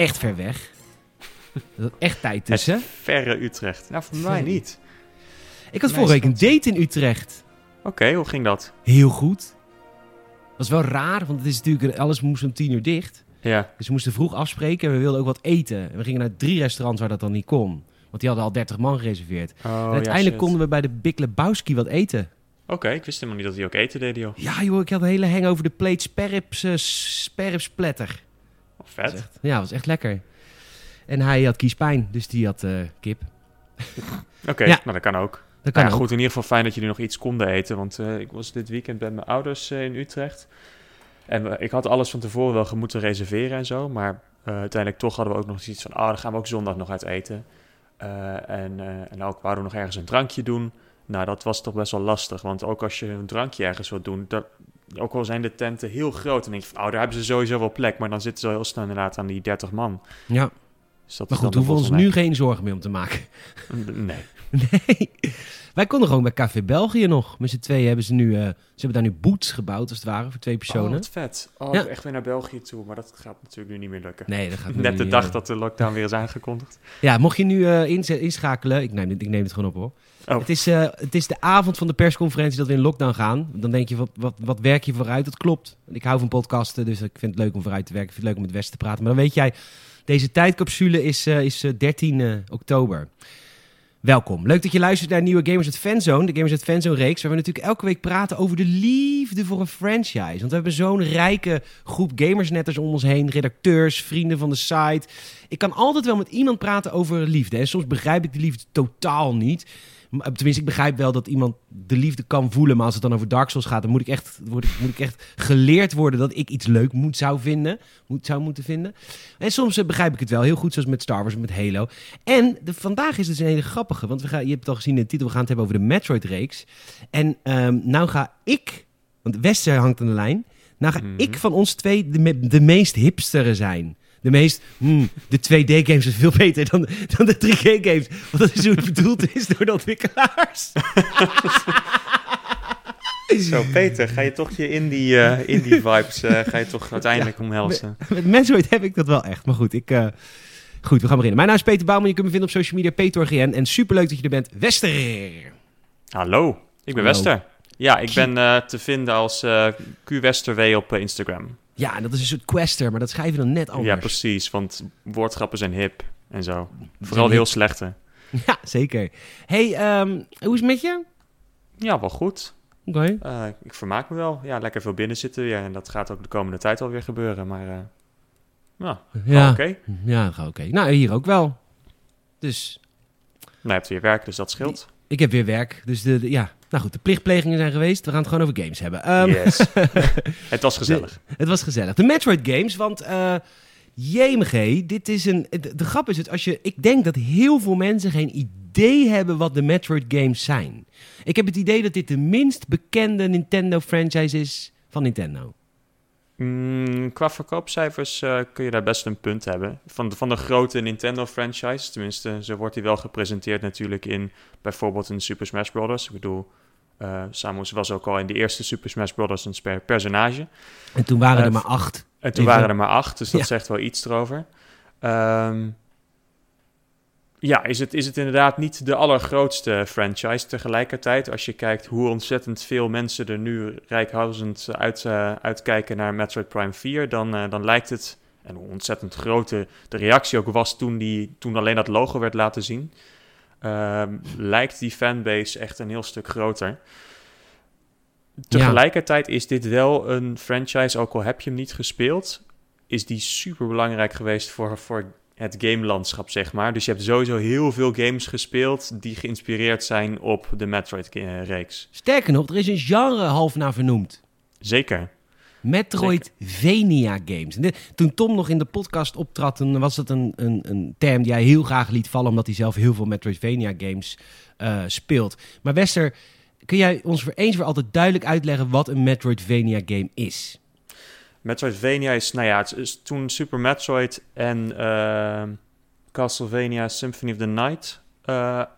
echt ver weg. Dat is echt tijd tussen. Het verre Utrecht. Nou, voor mij niet. Ik had vorige week een date in Utrecht. Oké, hoe ging dat? Heel goed. Was wel raar, want het is natuurlijk, alles moest om 10 uur dicht. Ja. Dus we moesten vroeg afspreken en we wilden ook wat eten. En we gingen naar 3 restaurants waar dat dan niet kon. Want die hadden al 30 man gereserveerd. Oh, en uiteindelijk konden we bij de Big Lebowski wat eten. Oké, ik wist helemaal niet dat hij ook eten deed, joh. Ja joh, ik had een hele hang over de plate sperripsplatter. Oh, vet. Was echt lekker. En hij had kiespijn, dus die had kip. Oké, Ja. nou dat kan ook. Dat kan ook. Goed, in ieder geval fijn dat jullie nog iets konden eten. Want ik was dit weekend bij mijn ouders in Utrecht. En ik had alles van tevoren wel moeten reserveren en zo. Maar uiteindelijk toch hadden we ook nog iets van... dan gaan we ook zondag nog uit eten. En ook wouden we nog ergens een drankje doen. Nou, dat was toch best wel lastig. Want ook als je een drankje ergens wilt doen... ook al zijn de tenten heel groot... dan denk je van, daar hebben ze sowieso wel plek. Maar dan zitten ze heel snel inderdaad aan die 30 man. Ja. Dus dat Maar is goed, dan hoeven we ons nu geen zorgen meer om te maken. Nee. Nee. Wij konden gewoon bij Café België nog. Met z'n tweeën hebben ze nu... ze hebben daar nu boots gebouwd, als het ware, voor 2 personen. Oh, wat vet. Oh, Ja. echt weer naar België toe. Maar dat gaat natuurlijk nu niet meer lukken. Nee, dat gaat Net de niet, dag dat de lockdown weer is aangekondigd. Ja, mocht je nu inschakelen... Ik neem het gewoon op, hoor. Oh. Het is de avond van de persconferentie dat we in lockdown gaan. Dan denk je, wat werk je vooruit? Dat klopt. Ik hou van podcasten, dus ik vind het leuk om vooruit te werken. Ik vind het leuk om met West te praten. Maar dan weet jij, deze tijdcapsule is 13 oktober. Welkom. Leuk dat je luistert naar de nieuwe Gamers at Fanzone. De Gamers at Fanzone reeks, waar we natuurlijk elke week praten over de liefde voor een franchise. Want we hebben zo'n rijke groep gamersnetters om ons heen. Redacteurs, vrienden van de site. Ik kan altijd wel met iemand praten over liefde. En soms begrijp ik die liefde totaal niet. Tenminste, ik begrijp wel dat iemand de liefde kan voelen. Maar als het dan over Dark Souls gaat, dan moet ik echt geleerd worden dat ik iets leuk zou moeten vinden. En soms begrijp ik het wel heel goed, zoals met Star Wars en met Halo. En vandaag is dus een hele grappige, want je hebt het al gezien in de titel, we gaan het hebben over de Metroid-reeks. En nou ga ik, want Wester hangt aan de lijn, nou ga ik van ons twee de meest hipstere zijn. De 2D-games is veel beter dan de 3D-games. Want dat is hoe het bedoeld is door de ontwikkelaars. Zo, Peter, ga je toch je indie vibes ga je toch uiteindelijk omhelzen? Met Metroid heb ik dat wel echt. Maar goed, goed, we gaan beginnen. Mijn naam is Peter Bouwman. Je kunt me vinden op social media, PeterGN. En superleuk dat je er bent, Wester. Hallo, ik ben Wester. Ja, ik ben te vinden als QWesterW op Instagram. Ja, en dat is een soort quester, maar dat schrijven we dan net anders. Ja, precies, want woordgrappen zijn hip en zo. Vooral de heel slechte. Ja, zeker. Hey, hoe is het met je? Ja, wel goed. Oké. Ik vermaak me wel. Ja, lekker veel binnen zitten. Ja, en dat gaat ook de komende tijd alweer gebeuren. Maar oké. Ja, dat gaat oké. Nou, hier ook wel. Dus... Nou, je hebt weer werk, dus dat scheelt. Ik heb weer werk, dus nou goed, de plichtplegingen zijn geweest. We gaan het gewoon over games hebben. Yes. Het was gezellig. Het was gezellig. De Metroid games, want JMG, dit is de grap is het, ik denk dat heel veel mensen geen idee hebben wat de Metroid games zijn. Ik heb het idee dat dit de minst bekende Nintendo franchise is van Nintendo. Qua verkoopcijfers kun je daar best een punt hebben. Van de grote Nintendo franchise, tenminste, zo wordt die wel gepresenteerd natuurlijk in bijvoorbeeld een Super Smash Bros. Ik bedoel, Samus was ook al in de eerste Super Smash Bros. Een personage. En toen waren er maar 8. En toen waren er maar 8, dus dat zegt wel iets erover. Is het inderdaad niet de allergrootste franchise tegelijkertijd. Als je kijkt hoe ontzettend veel mensen er nu rijkhalsend uitkijken naar Metroid Prime 4... dan lijkt het, en hoe ontzettend groot de reactie ook was toen alleen dat logo werd laten zien... lijkt die fanbase echt een heel stuk groter. Tegelijkertijd is dit wel een franchise, ook al heb je hem niet gespeeld... is die super belangrijk geweest voor het gamelandschap, zeg maar. Dus je hebt sowieso heel veel games gespeeld die geïnspireerd zijn op de Metroid-reeks. Sterker nog, er is een genre half naar vernoemd. Zeker. Metroidvania games. En toen Tom nog in de podcast optrad, dan was dat een term die hij heel graag liet vallen, omdat hij zelf heel veel Metroidvania games speelt. Maar Wester, kun jij ons voor eens voor altijd duidelijk uitleggen wat een Metroidvania game is? Metroidvania is, het is toen Super Metroid en Castlevania Symphony of the Night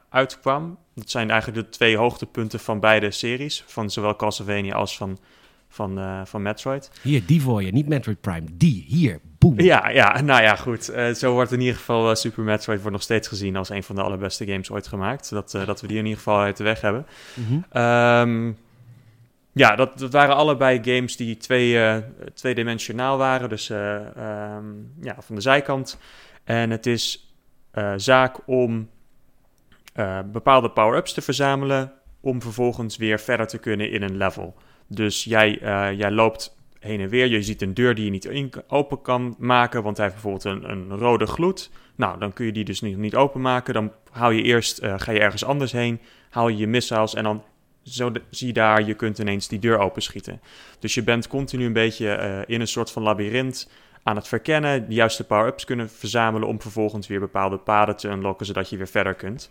uitkwam. Dat zijn eigenlijk de 2 hoogtepunten van beide series, van zowel Castlevania als van Metroid. Hier, die voor je. Niet Metroid Prime. Die, hier. Boom. Ja, nou ja, goed. Zo wordt in ieder geval Super Metroid wordt nog steeds gezien als een van de allerbeste games ooit gemaakt. Dat we die in ieder geval uit de weg hebben. Mm-hmm. Ja, dat waren allebei games die tweedimensionaal waren. Dus van de zijkant. En het is zaak om bepaalde power-ups te verzamelen om vervolgens weer verder te kunnen in een level. Dus jij loopt heen en weer. Je ziet een deur die je niet open kan maken, want hij heeft bijvoorbeeld een rode gloed. Nou, dan kun je die dus niet openmaken. Dan ga je ergens anders heen, haal je missiles en dan zie je daar, je kunt ineens die deur openschieten. Dus je bent continu een beetje in een soort van labyrint aan het verkennen, de juiste power-ups kunnen verzamelen om vervolgens weer bepaalde paden te unlocken, zodat je weer verder kunt.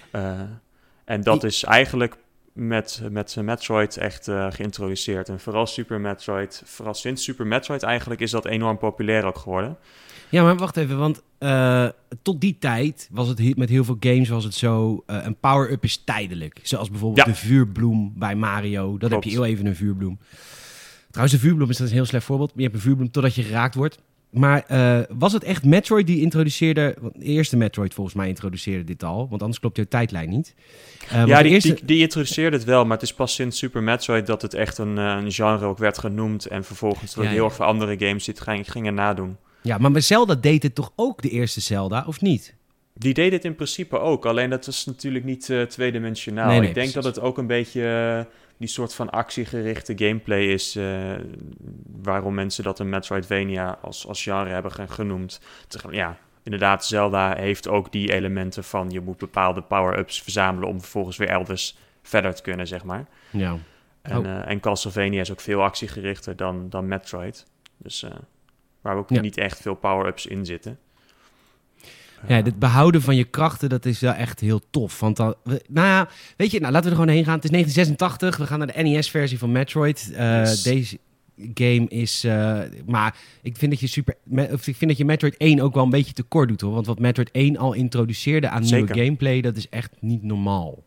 En dat is eigenlijk met Metroid echt geïntroduceerd. En vooral sinds Super Metroid eigenlijk is dat enorm populair ook geworden. Ja, maar wacht even, want tot die tijd was het met heel veel games was het zo, een power-up is tijdelijk. Zoals bijvoorbeeld de vuurbloem bij Mario. Dat heb je heel even een vuurbloem. Trouwens, de vuurbloem is een heel slecht voorbeeld. Je hebt een vuurbloem totdat je geraakt wordt. Maar was het echt Metroid die introduceerde... De eerste Metroid volgens mij introduceerde dit al. Want anders klopt je tijdlijn niet. Die introduceerde het wel. Maar het is pas sinds Super Metroid dat het echt een genre ook werd genoemd. En vervolgens dat heel erg veel andere games dit gingen nadoen. Ja, maar bij Zelda deed het toch ook de eerste Zelda, of niet? Die deed het in principe ook. Alleen dat is natuurlijk niet tweedimensionaal. Nee, ik denk dat het ook een beetje... die soort van actiegerichte gameplay is waarom mensen dat een Metroidvania als genre hebben genoemd. Ja, inderdaad, Zelda heeft ook die elementen van je moet bepaalde power-ups verzamelen om vervolgens weer elders verder te kunnen, zeg maar. Ja. En Castlevania is ook veel actiegerichter dan Metroid. Dus waar ook niet echt veel power-ups in zitten. Ja, het behouden van je krachten, dat is wel echt heel tof. Want dan, weet je, laten we er gewoon heen gaan. Het is 1986, we gaan naar de NES-versie van Metroid. Yes. Deze game is... maar ik vind dat je Metroid 1 ook wel een beetje tekort doet, hoor. Want wat Metroid 1 al introduceerde aan nieuwe gameplay, dat is echt niet normaal.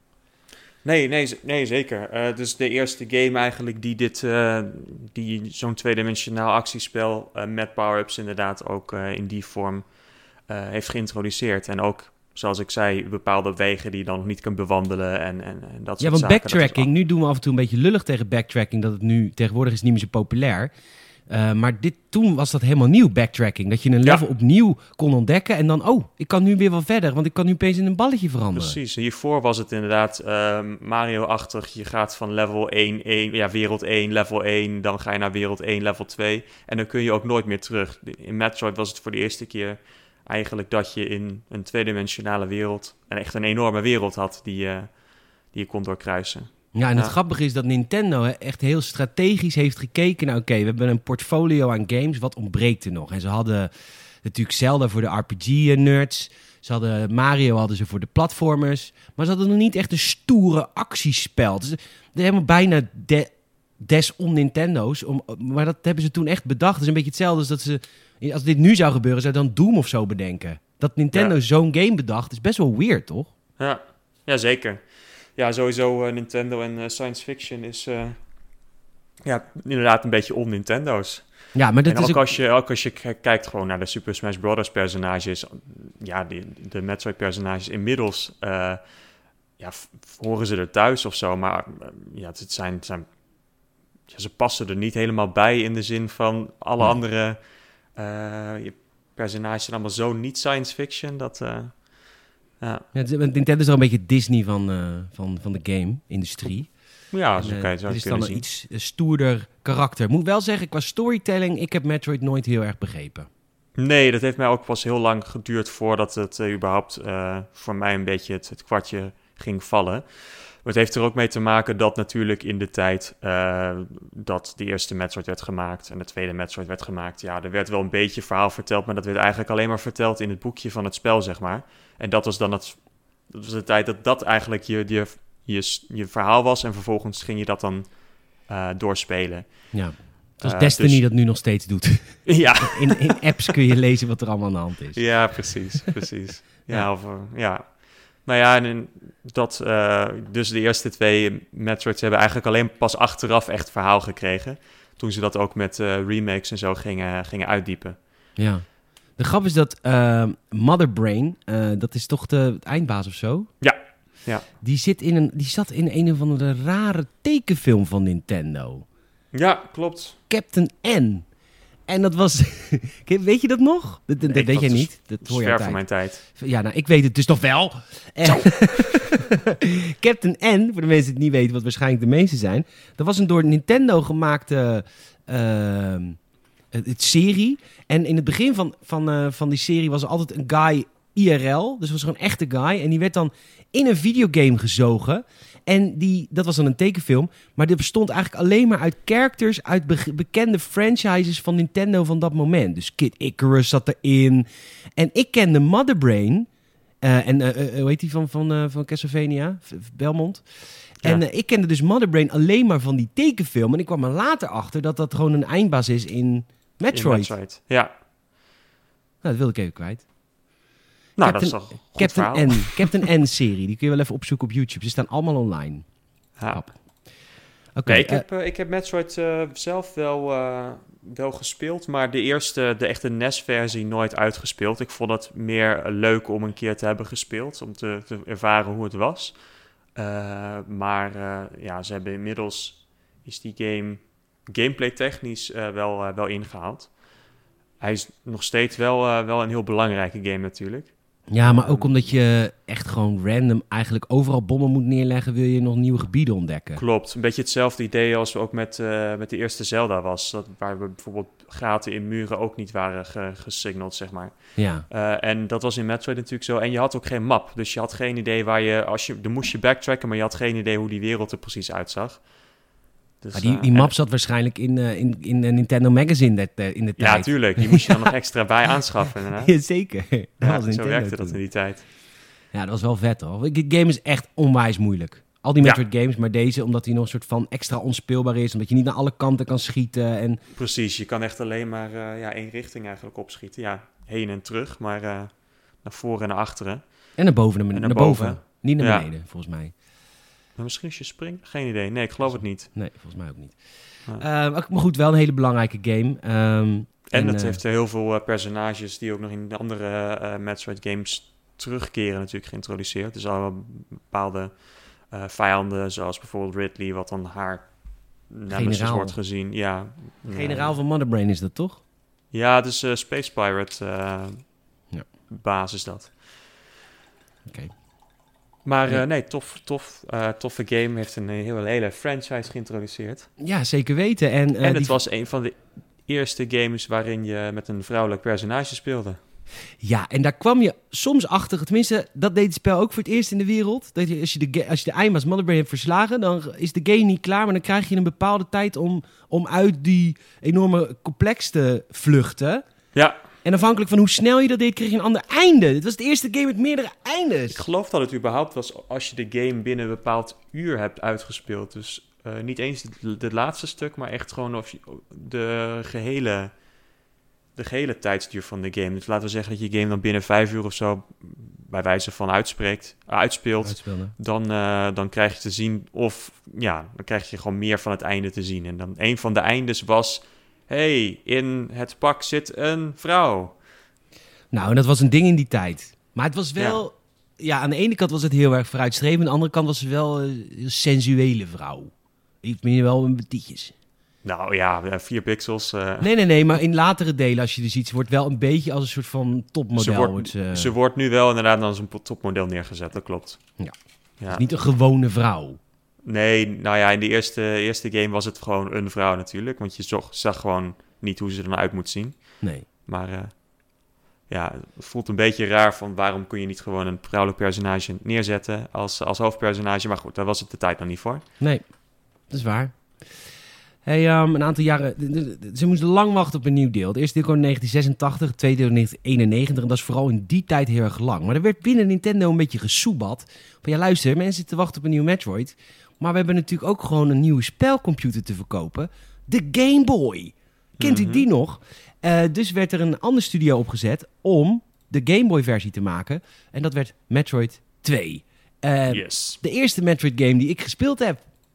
Nee, zeker. Dus de eerste game eigenlijk die zo'n tweedimensionaal actiespel met power-ups inderdaad ook in die vorm heeft geïntroduceerd. En ook, zoals ik zei, bepaalde wegen die je dan nog niet kunt bewandelen en dat soort zaken. Ja, want backtracking, nu doen we af en toe een beetje lullig tegen backtracking, dat het nu tegenwoordig is niet meer zo populair. Maar toen was dat helemaal nieuw, backtracking. Dat je een level opnieuw kon ontdekken en dan, ik kan nu weer wel verder, want ik kan nu opeens in een balletje veranderen. Precies, hiervoor was het inderdaad Mario-achtig. Je gaat van level 1, wereld 1, level 1, dan ga je naar wereld 1, level 2. En dan kun je ook nooit meer terug. In Metroid was het voor de eerste keer eigenlijk dat je in een tweedimensionale wereld en echt een enorme wereld had die je kon doorkruisen. Ja, en het grappige is dat Nintendo echt heel strategisch heeft gekeken naar, oké, we hebben een portfolio aan games, wat ontbreekt er nog? En ze hadden natuurlijk Zelda voor de RPG-nerds, ze hadden Mario voor de platformers, maar ze hadden nog niet echt een stoere actiespel. Dus helemaal bijna des on-Nintendo's, maar dat hebben ze toen echt bedacht. Het is een beetje hetzelfde als dat ze, als dit nu zou gebeuren, zou dan Doom of zo bedenken. Dat Nintendo zo'n game bedacht, is best wel weird, toch? Ja, zeker. Ja, sowieso Nintendo en science fiction is inderdaad een beetje on-Nintendo's. Ja, maar dat en is ook als je kijkt gewoon naar de Super Smash Bros. Personages, de Metroid personages inmiddels, horen ze er thuis of zo, maar het zijn ze passen er niet helemaal bij in de zin van alle andere personages zijn allemaal zo niet science fiction dat... Nintendo is al een beetje Disney van de game-industrie. Ja, zo kan je het is dan een iets stoerder karakter. Moet wel zeggen, qua storytelling, ik heb Metroid nooit heel erg begrepen. Nee, dat heeft mij ook pas heel lang geduurd voordat het überhaupt voor mij een beetje het kwartje ging vallen. Maar het heeft er ook mee te maken dat natuurlijk in de tijd dat de eerste Metroid werd gemaakt en de tweede Metroid werd gemaakt, er werd wel een beetje verhaal verteld, maar dat werd eigenlijk alleen maar verteld in het boekje van het spel, zeg maar. En dat was dan de tijd dat eigenlijk je verhaal was en vervolgens ging je dat dan doorspelen. Ja, dat is Destiny dat nu nog steeds doet. Ja. In apps kun je lezen wat er allemaal aan de hand is. Ja, precies. Nou ja, en dus de eerste twee Metroids hebben eigenlijk alleen pas achteraf echt verhaal gekregen. toen ze dat ook met remakes en zo gingen uitdiepen. Ja. De grap is dat Mother Brain, dat is toch de eindbaas of zo? Ja. Die zat in een of andere rare tekenfilm van Nintendo. Ja, klopt. Captain N. En dat was... Weet je dat nog? Dat weet jij niet. Dat hoor je ver altijd. van mijn tijd. Ja, nou, ik weet het dus nog wel. Captain N, voor de mensen die het niet weten, wat waarschijnlijk de meeste zijn. Dat was een door Nintendo gemaakte serie. En in het begin van die serie was er altijd een guy IRL. Dus was er een echte guy. En die werd dan in een videogame gezogen. En dat was dan een tekenfilm. Maar dit bestond eigenlijk alleen maar uit characters uit bekende franchises van Nintendo van dat moment. Dus Kid Icarus zat erin. En ik kende Mother Brain. Hoe heet die van Castlevania? Belmont. Ja. En ik kende dus Mother Brain alleen maar van die tekenfilm. En ik kwam er later achter dat dat gewoon een eindbaas is in Metroid. Ja. Nou, dat wilde ik even kwijt. Nou, dat is toch Captain N-serie. Die kun je wel even opzoeken op YouTube. Ze staan allemaal online. Ja. Okay, ik heb Metroid zelf wel gespeeld, maar de echte NES-versie nooit uitgespeeld. Ik vond het meer leuk om een keer te hebben gespeeld, om te ervaren hoe het was. Maar ze hebben inmiddels, is die game gameplay technisch wel ingehaald. Hij is nog steeds wel een heel belangrijke game natuurlijk. Ja, maar ook omdat je echt gewoon random eigenlijk overal bommen moet neerleggen, wil je nog nieuwe gebieden ontdekken. Klopt, een beetje hetzelfde idee als ook met de eerste Zelda was. Waar we bijvoorbeeld gaten in muren ook niet waren gesignald, zeg maar. Ja. En dat was in Metroid natuurlijk zo. En je had ook geen map, dus je had geen idee dan moest je backtracken, maar je had geen idee hoe die wereld er precies uitzag. Dus, maar die map zat waarschijnlijk in Nintendo Magazine in de tijd. Ja, tuurlijk. Die moest je dan nog extra bij aanschaffen. Ja, zeker. Zo werkte dat in die tijd. Ja, dat was wel vet hoor. De game is echt onwijs moeilijk. Al die Metroid games, maar deze omdat hij nog een soort van extra onspeelbaar is. Omdat je niet naar alle kanten kan schieten. En... Precies, je kan echt alleen maar één richting eigenlijk opschieten. Ja, heen en terug, maar naar voren en naar achteren. En naar boven, naar boven. Niet naar beneden, volgens mij. Maar misschien als je springt? Geen idee. Nee, ik geloof het niet. Nee, volgens mij ook niet. Maar goed, wel een hele belangrijke game. En het heeft heel veel personages die ook nog in de andere Metroid games terugkeren natuurlijk geïntroduceerd. Dus al bepaalde vijanden, zoals bijvoorbeeld Ridley, wat dan haar nemesis wordt gezien. Ja, generaal van Mother Brain is dat toch? Ja, dus Space Pirate baas is dat. Oké. Maar toffe game. Heeft een hele franchise geïntroduceerd. Ja, zeker weten. En het was een van de eerste games waarin je met een vrouwelijk personage speelde. Ja, en daar kwam je soms achter. Tenminste, dat deed het spel ook voor het eerst in de wereld. Dat als je de eindbaas Mother Brain hebt verslagen, dan is de game niet klaar. Maar dan krijg je een bepaalde tijd om uit die enorme complex te vluchten. Ja. En afhankelijk van hoe snel je dat deed, kreeg je een ander einde. Dit was de eerste game met meerdere eindes. Ik geloof dat het überhaupt was als je de game binnen een bepaald uur hebt uitgespeeld. Dus niet eens het laatste stuk, maar echt gewoon of je de gehele tijdsduur van de game. Dus laten we zeggen dat je game dan binnen 5 uur of zo bij wijze van uitspeelt. Dan krijg je te zien dan krijg je gewoon meer van het einde te zien. En dan een van de eindes was... in het pak zit een vrouw. Nou, en dat was een ding in die tijd. Maar het was wel... Ja, aan de ene kant was het heel erg vooruitstrevend. Aan de andere kant was het wel een sensuele vrouw. Iets meer wel een petietjes. Nou ja, 4 pixels. Nee, maar in latere delen, als je er ziet... ze wordt wel een beetje als een soort van topmodel. Ze wordt nu wel inderdaad als een topmodel neergezet, dat klopt. Ja. Het is niet een gewone vrouw. Nee, nou ja, in de eerste game was het gewoon een vrouw natuurlijk. Want je zag gewoon niet hoe ze er nou uit moet zien. Nee. Maar het voelt een beetje raar van... waarom kun je niet gewoon een vrouwelijk personage neerzetten als hoofdpersonage? Maar goed, daar was het de tijd nog niet voor. Nee, dat is waar. Een aantal jaren... Ze moesten lang wachten op een nieuw deel. Het eerste deel kwam in 1986, het tweede deel in 1991. En dat is vooral in die tijd heel erg lang. Maar er werd binnen Nintendo een beetje gesoebat. Van luister, mensen zitten te wachten op een nieuw Metroid... Maar we hebben natuurlijk ook gewoon een nieuwe spelcomputer te verkopen. De Game Boy. Kent u die nog? Dus werd er een andere studio opgezet om de Game Boy versie te maken. En dat werd Metroid 2. Yes. De eerste Metroid game die ik gespeeld heb.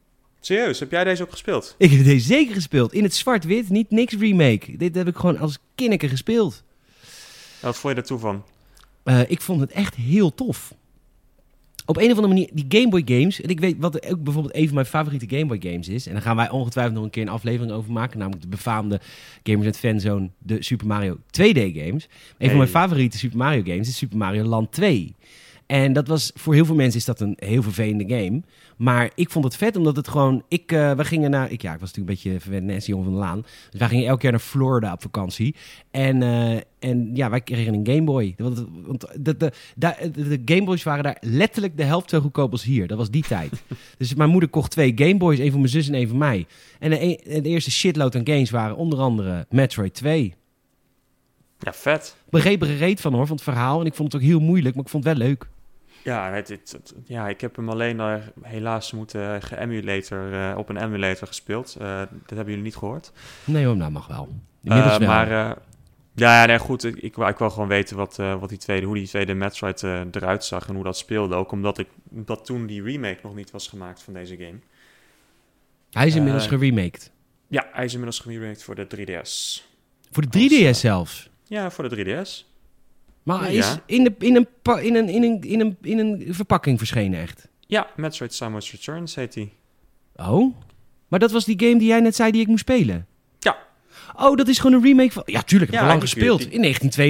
Serieus, heb jij deze ook gespeeld? Ik heb deze zeker gespeeld. In het zwart-wit, niet niks remake. Dit heb ik gewoon als kinneke gespeeld. Wat vond je daartoe van? Ik vond het echt heel tof. Op een of andere manier, die Game Boy games... En ik weet wat ook bijvoorbeeld een van mijn favoriete Game Boy games is. En daar gaan wij ongetwijfeld nog een keer een aflevering over maken. Namelijk de befaamde Gamers Fanzone, de Super Mario 2D games. Een van mijn favoriete Super Mario games is Super Mario Land 2. En dat was, voor heel veel mensen is dat een heel vervelende game. Maar ik vond het vet, omdat het gewoon... we gingen naar... Ik was natuurlijk een beetje verwend Nancy jongen van de laan. Dus wij gingen elk jaar naar Florida op vakantie. En wij kregen een Game Boy. Want de Game Boys waren daar letterlijk de helft zo goedkoop als hier. Dat was die tijd. Dus mijn moeder kocht 2 Game Boys. Een voor mijn zus en een voor mij. En de eerste shitload aan games waren onder andere Metroid 2. Ja, vet. Ik begreep er gereed van hoor, van het verhaal. En ik vond het ook heel moeilijk, maar ik vond het wel leuk. Ja, ik heb hem alleen helaas moeten op een emulator gespeeld. Dat hebben jullie niet gehoord. Nee hoor, nou mag wel. Inmiddels wel. Maar goed, ik wil gewoon weten hoe die tweede Metroid eruit zag en hoe dat speelde. Ook omdat toen die remake nog niet was gemaakt van deze game. Hij is inmiddels geremaked. Ja, hij is inmiddels geremaked voor de 3DS. Voor de 3DS zelfs? Ja, voor de 3DS. Maar hij is in een verpakking verschenen echt? Ja, Metroid Samus Returns heet hij. Oh? Maar dat was die game die jij net zei die ik moest spelen? Ja. Oh, dat is gewoon een remake van... Ja, tuurlijk, ik heb lang gespeeld. In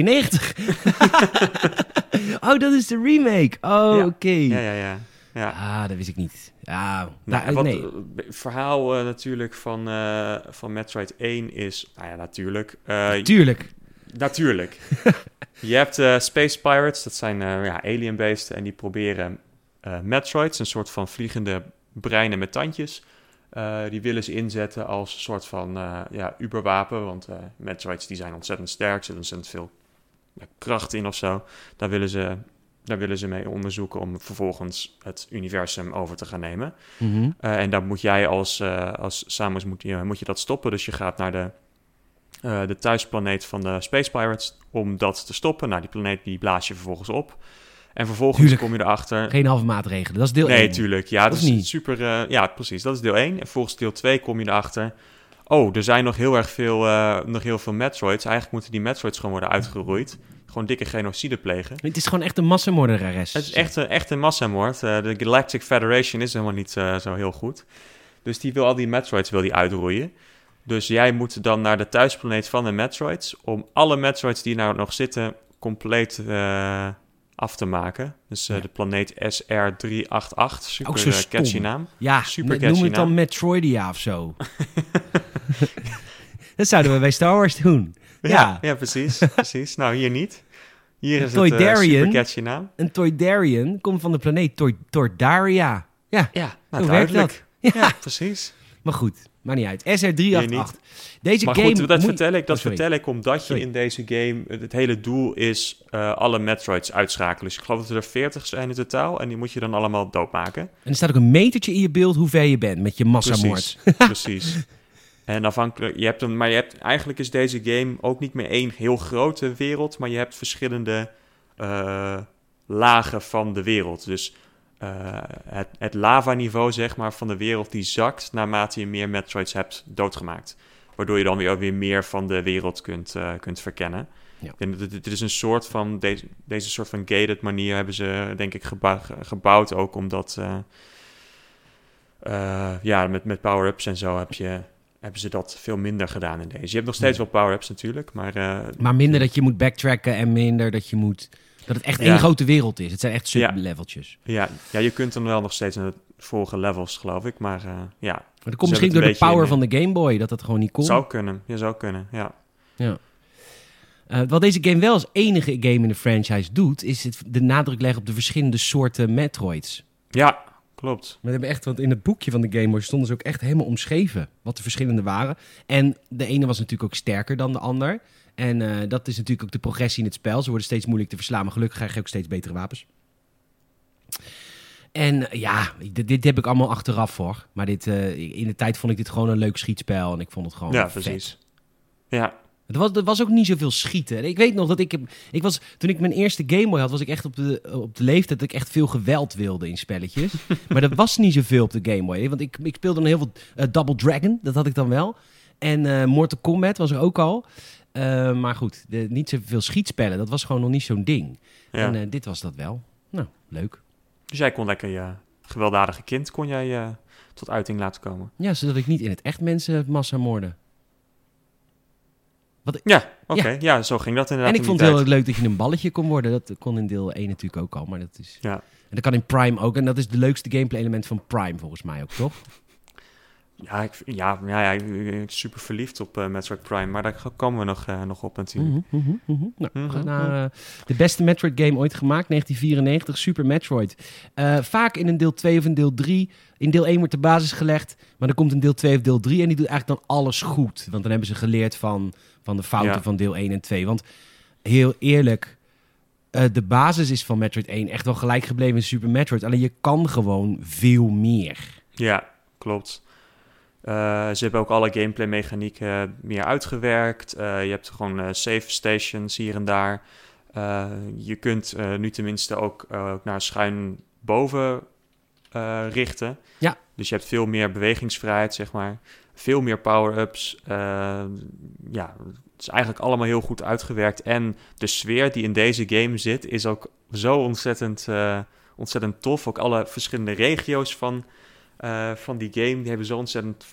1992. Oh, dat is de remake. Oh, ja. Oké. Ja. Ah, dat wist ik niet. Nee. Het verhaal natuurlijk van Metroid 1 is... Nou ja, natuurlijk. Natuurlijk. Je hebt Space Pirates, dat zijn alienbeesten... en die proberen Metroids, een soort van vliegende breinen met tandjes... die willen ze inzetten als een soort van uberwapen... want Metroids die zijn ontzettend sterk, er zit ontzettend veel kracht in of zo. Daar willen ze mee onderzoeken om vervolgens het universum over te gaan nemen. Mm-hmm. En dan moet jij als Samus moet je dat stoppen. Dus je gaat naar de thuisplaneet van de Space Pirates om dat te stoppen. Nou, die planeet die blaas je vervolgens op. En vervolgens kom je erachter... Geen halve maatregelen, dat is deel 1. Nee, tuurlijk. Ja, dat is niet super... ja, precies. Dat is deel 1. En volgens deel 2 kom je erachter... Oh, er zijn nog heel veel Metroids. Eigenlijk moeten die Metroids gewoon worden uitgeroeid. Gewoon dikke genocide plegen. Het is gewoon echt een massamoordenares. Het is echt een massamoord. De Galactic Federation is helemaal niet zo heel goed. Dus die wil al die Metroids uitroeien. Dus jij moet dan naar de thuisplaneet van de Metroids... om alle Metroids die nou nog zitten compleet af te maken. Dus de planeet SR388. Super catchy naam. Ja, noem het dan Metroidia of zo. Dat zouden we bij Star Wars doen. Ja, precies. Nou, hier niet. Hier is het super catchy naam. Een Toydarian komt van de planeet Tordaria. Ja, nou, hoe werkt dat? Ja, precies. Maar goed, maakt niet uit. SR388. Deze maar game... goed, dat vertel ik omdat je in deze game... Het hele doel is alle Metroids uitschakelen. Dus ik geloof dat er 40 zijn in totaal. En die moet je dan allemaal doodmaken. En er staat ook een metertje in je beeld hoe ver je bent met je massamoord. Precies. En afhankelijk... eigenlijk is deze game ook niet meer één heel grote wereld... maar je hebt verschillende lagen van de wereld. Dus... het lavaniveau zeg maar, van de wereld die zakt naarmate je meer Metroids hebt doodgemaakt. Waardoor je dan weer meer van de wereld kunt verkennen. Ja. En dit is een soort van... Deze soort van gated manier hebben ze denk ik gebouwd ook omdat... met power-ups en zo hebben ze dat veel minder gedaan in deze. Je hebt nog steeds wel power-ups natuurlijk, maar... maar minder dat je moet backtracken en minder dat je moet... Dat het echt één grote wereld is. Het zijn echt sub-leveltjes. Ja, je kunt dan wel nog steeds naar de volgende levels, geloof ik. Maar Maar dat komt misschien door de power van de Game Boy, dat gewoon niet kon. Zou kunnen, ja. Wat deze game wel als enige game in de franchise doet... is de nadruk leggen op de verschillende soorten Metroids. Ja, klopt. We hebben echt, want in het boekje van de Game Boy stonden ze ook echt helemaal omschreven... wat de verschillende waren. En de ene was natuurlijk ook sterker dan de ander... En dat is natuurlijk ook de progressie in het spel. Ze worden steeds moeilijk te verslaan, maar gelukkig krijg je ook steeds betere wapens. En dit heb ik allemaal achteraf voor. Maar in de tijd vond ik dit gewoon een leuk schietspel en ik vond het gewoon vet. Precies. Ja, Er was ook niet zoveel schieten. Ik weet nog dat toen ik mijn eerste Game Boy had, was ik echt op de leeftijd dat ik echt veel geweld wilde in spelletjes. Maar er was niet zoveel op de Game Boy. Want ik speelde dan heel veel Double Dragon, dat had ik dan wel. En Mortal Kombat was er ook al. Maar goed, niet zoveel schietspellen, dat was gewoon nog niet zo'n ding. Ja. En dit was dat wel. Nou, leuk. Dus jij kon lekker je gewelddadige kind tot uiting laten komen? Ja, zodat ik niet in het echt mensen massa moorden. Ja, zo ging dat inderdaad. En ik vond het heel leuk dat je een balletje kon worden. Dat kon in deel 1 natuurlijk ook al, maar dat is... Ja. En dat kan in Prime ook. En dat is de leukste gameplay element van Prime volgens mij ook, toch? Ja, ik ben super verliefd op Metroid Prime, maar daar komen we nog op natuurlijk. Nou, we gaan naar de beste Metroid game ooit gemaakt, 1994, Super Metroid. Vaak in een deel 2 of een deel 3. In deel 1 wordt de basis gelegd, maar dan komt een deel 2 of deel 3 en die doet eigenlijk dan alles goed. Want dan hebben ze geleerd van de fouten van deel 1 en 2. Want heel eerlijk, de basis is van Metroid 1 echt wel gelijk gebleven in Super Metroid. Alleen je kan gewoon veel meer. Ja, klopt. Ze hebben ook alle gameplay mechanieken meer uitgewerkt. Je hebt gewoon save stations hier en daar. Je kunt nu tenminste ook naar schuin boven richten. Ja. Dus je hebt veel meer bewegingsvrijheid, zeg maar. Veel meer power-ups. Het is eigenlijk allemaal heel goed uitgewerkt. En de sfeer die in deze game zit, is ook zo ontzettend tof. Ook alle verschillende regio's van die game, die hebben zo ontzettend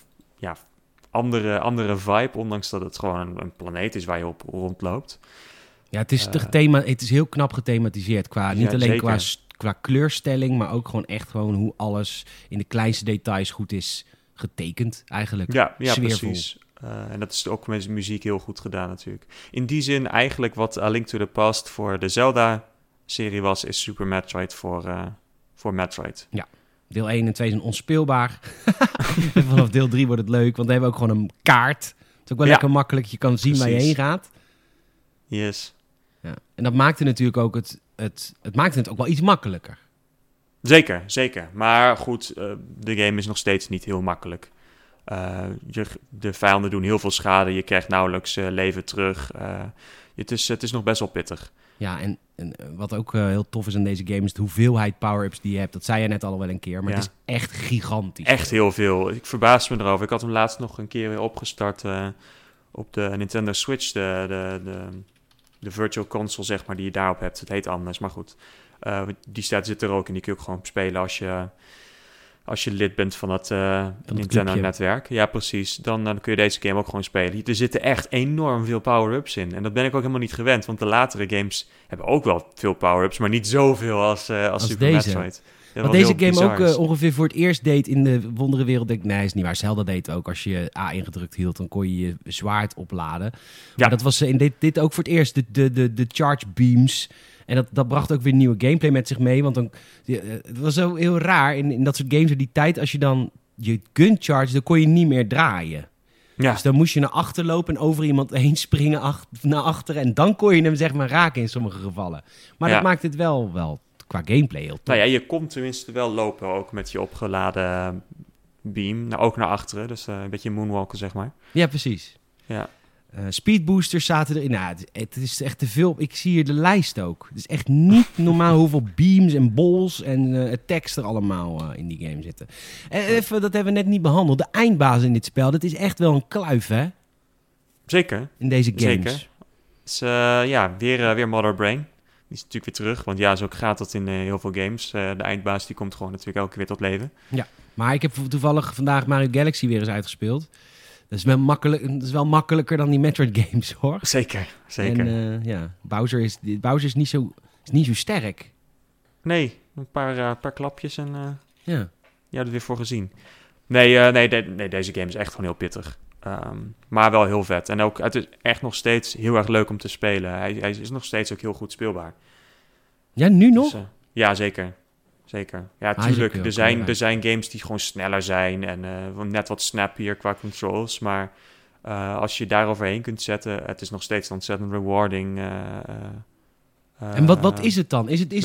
andere vibe, ondanks dat het gewoon een planeet is waar je op rondloopt. Ja, het is heel knap gethematiseerd. Niet alleen qua kleurstelling, maar ook gewoon hoe alles in de kleinste details goed is getekend eigenlijk. Ja, precies. En dat is ook met muziek heel goed gedaan natuurlijk. In die zin eigenlijk wat A Link to the Past voor de Zelda-serie was, is Super Metroid voor Metroid. Ja. Deel 1 en 2 zijn onspeelbaar. En vanaf deel 3 wordt het leuk, want we hebben ook gewoon een kaart. Het is ook wel lekker makkelijk. Je kan zien waar je heen gaat. Yes. Ja. En dat maakte natuurlijk ook het maakte het ook wel iets makkelijker. Zeker. Maar goed, de game is nog steeds niet heel makkelijk. De vijanden doen heel veel schade. Je krijgt nauwelijks leven terug. Het is nog best wel pittig. Ja, en wat ook heel tof is aan deze game is de hoeveelheid power-ups die je hebt. Dat zei je net al wel een keer, maar het is echt gigantisch. Echt heel veel. Ik verbaas me erover. Ik had hem laatst nog een keer weer opgestart op de Nintendo Switch. De virtual console, zeg maar, die je daarop hebt. Het heet anders, maar goed. Die zit er ook en die kun je ook gewoon spelen als je lid bent van het Nintendo-netwerk. Ja, precies. Dan kun je deze game ook gewoon spelen. Er zitten echt enorm veel power-ups in. En dat ben ik ook helemaal niet gewend. Want de latere games hebben ook wel veel power-ups, maar niet zoveel als Super deze. Metroid. Wat deze game ook ongeveer voor het eerst deed in de wonderenwereld. Nee, is niet waar. Zelda deed ook. Als je A ingedrukt hield, dan kon je je zwaard opladen. Maar dat was in dit ook voor het eerst. De charge beams. En dat bracht ook weer nieuwe gameplay met zich mee. Want het was zo heel raar in dat soort games. In die tijd, als je dan je gun charge, dan kon je niet meer draaien. Ja. Dus dan moest je naar achter lopen en over iemand heen springen naar achteren. En dan kon je hem zeg maar raken in sommige gevallen. Maar dat maakt het wel qua gameplay heel tof. Nou ja, je kon tenminste wel lopen ook met je opgeladen beam. Ook naar achteren. Dus een beetje moonwalken, zeg maar. Ja, precies. Ja. Speedboosters zaten erin. Nou, het is echt te veel. Ik zie hier de lijst ook. Het is echt niet normaal hoeveel beams en balls en attacks er allemaal in die game zitten. En even, dat hebben we net niet behandeld. De eindbaas in dit spel, dat is echt wel een kluif, hè? Zeker. In deze games. Zeker. Dus weer Mother Brain. Die is natuurlijk weer terug. Want ja, zo gaat dat in heel veel games. De eindbaas die komt gewoon natuurlijk elke keer weer tot leven. Ja, maar ik heb toevallig vandaag Mario Galaxy weer eens uitgespeeld. Dat is wel makkelijker dan die Metroid games, hoor. Zeker. En Bowser is niet zo sterk. Nee, een paar klapjes en je had het weer voor gezien. Nee, deze game is echt gewoon heel pittig. Maar wel heel vet. En ook, het is echt nog steeds heel erg leuk om te spelen. Hij is nog steeds ook heel goed speelbaar. Ja, nu nog? Dus, ja, zeker. Ja, tuurlijk. Er zijn games die gewoon sneller zijn en net wat snappier qua controls. Maar als je daar overheen kunt zetten, het is nog steeds ontzettend rewarding. En wat is het dan? Is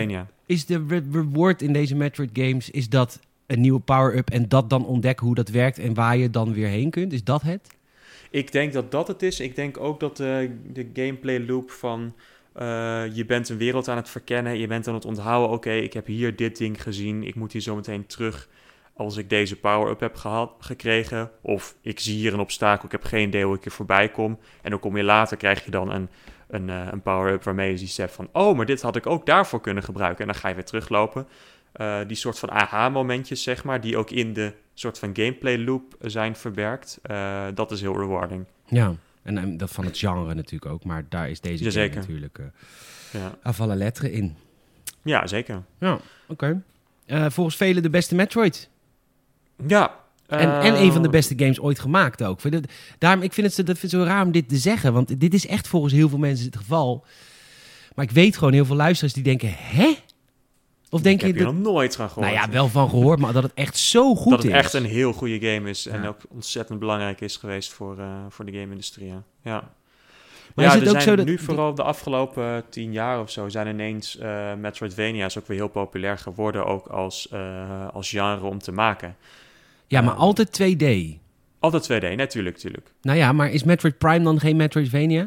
de reward in deze Metroid games, is dat een nieuwe power-up en dat dan ontdekken hoe dat werkt en waar je dan weer heen kunt? Is dat het? Ik denk dat het is. Ik denk ook dat de gameplay loop van... je bent een wereld aan het verkennen. Je bent aan het onthouden. Oké, ik heb hier dit ding gezien. Ik moet hier zo meteen terug als ik deze power-up heb gekregen. Of ik zie hier een obstakel. Ik heb geen idee hoe ik er voorbij kom. En dan kom je later, krijg je dan een power-up waarmee je ziet van... oh, maar dit had ik ook daarvoor kunnen gebruiken. En dan ga je weer teruglopen. Die soort van aha-momentjes, zeg maar... die ook in de soort van gameplay loop zijn verwerkt. Dat is heel rewarding. Ja, en dat van het genre natuurlijk ook. Maar daar is deze game natuurlijk à alle letteren in. Ja, zeker. Ja, oké. Volgens velen de beste Metroid. Ja. En een van de beste games ooit gemaakt ook. Ik vind het zo raar om dit te zeggen. Want dit is echt volgens heel veel mensen het geval. Maar ik weet gewoon heel veel luisteraars die denken... hè? Of denk je... heb je nog nooit van gehoord. Nou ja, wel van gehoord, maar dat het echt zo goed is. Dat het echt een heel goede game is. En ook ontzettend belangrijk is geweest voor de game-industrie. Ja. Maar is het ook zo dat... nu vooral de afgelopen 10 jaar of zo... zijn ineens Metroidvania's ook weer heel populair geworden... ook als genre om te maken. Ja, maar altijd 2D. Altijd 2D, natuurlijk, tuurlijk. Nou ja, maar is Metroid Prime dan geen Metroidvania?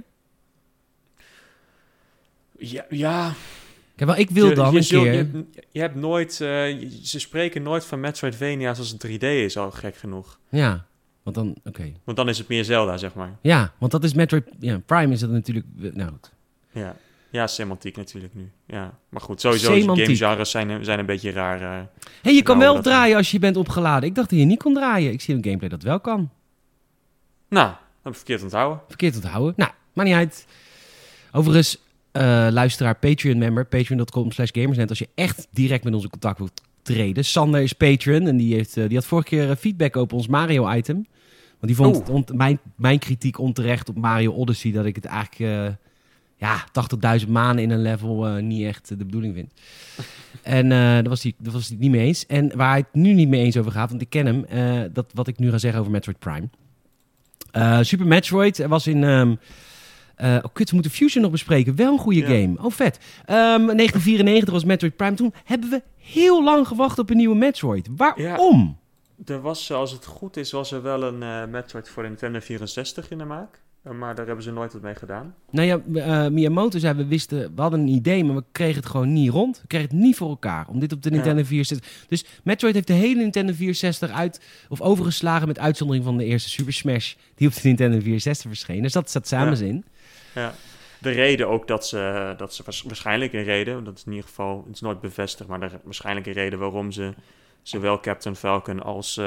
Ja. Kijk, wel, ik wil dan een keer... Je hebt nooit... ze spreken nooit van Metroidvania's als het 3D is, al gek genoeg. Ja, want dan... Oké. Want dan is het meer Zelda, zeg maar. Ja, want dat is Metroid... Ja, Prime is dat natuurlijk... Nou goed. Ja, semantiek natuurlijk nu. Ja. Maar goed, sowieso gamegenres zijn een beetje raar. Je kan wel draaien als je bent opgeladen. Ik dacht dat je niet kon draaien. Ik zie een gameplay dat wel kan. Nou, dat heb ik verkeerd onthouden. Nou, maar niet uit. Overigens, luisteraar, Patreon-member, patreon.com/gamersnet. Als je echt direct met ons in contact wilt treden. Sander is Patreon en die had vorige keer feedback op ons Mario-item. Want die vond mijn kritiek onterecht op Mario Odyssey. Dat ik het eigenlijk... 80.000 maanden in een level niet echt de bedoeling vind. En daar was hij het niet mee eens. En waar hij het nu niet mee eens over gaat, want ik ken hem, dat wat ik nu ga zeggen over Metroid Prime. Super Metroid was in... we moeten Fusion nog bespreken. Wel een goede game. Oh, vet. 1994 was Metroid Prime. Toen hebben we heel lang gewacht op een nieuwe Metroid. Waarom? Ja, er was, als het goed is, was er wel een Metroid voor de Nintendo 64 in de maak. Maar daar hebben ze nooit wat mee gedaan. Nou ja, Miyamoto zei, we hadden een idee, maar we kregen het gewoon niet rond. We kregen het niet voor elkaar om dit op de Nintendo 64... Dus Metroid heeft de hele Nintendo 64 overgeslagen met uitzondering van de eerste Super Smash die op de Nintendo 64 verscheen. Dus dat zat samen in. Ja. De reden ook dat ze waarschijnlijk een reden, dat is in ieder geval, het is nooit bevestigd, maar waarschijnlijk een reden waarom ze zowel Captain Falcon als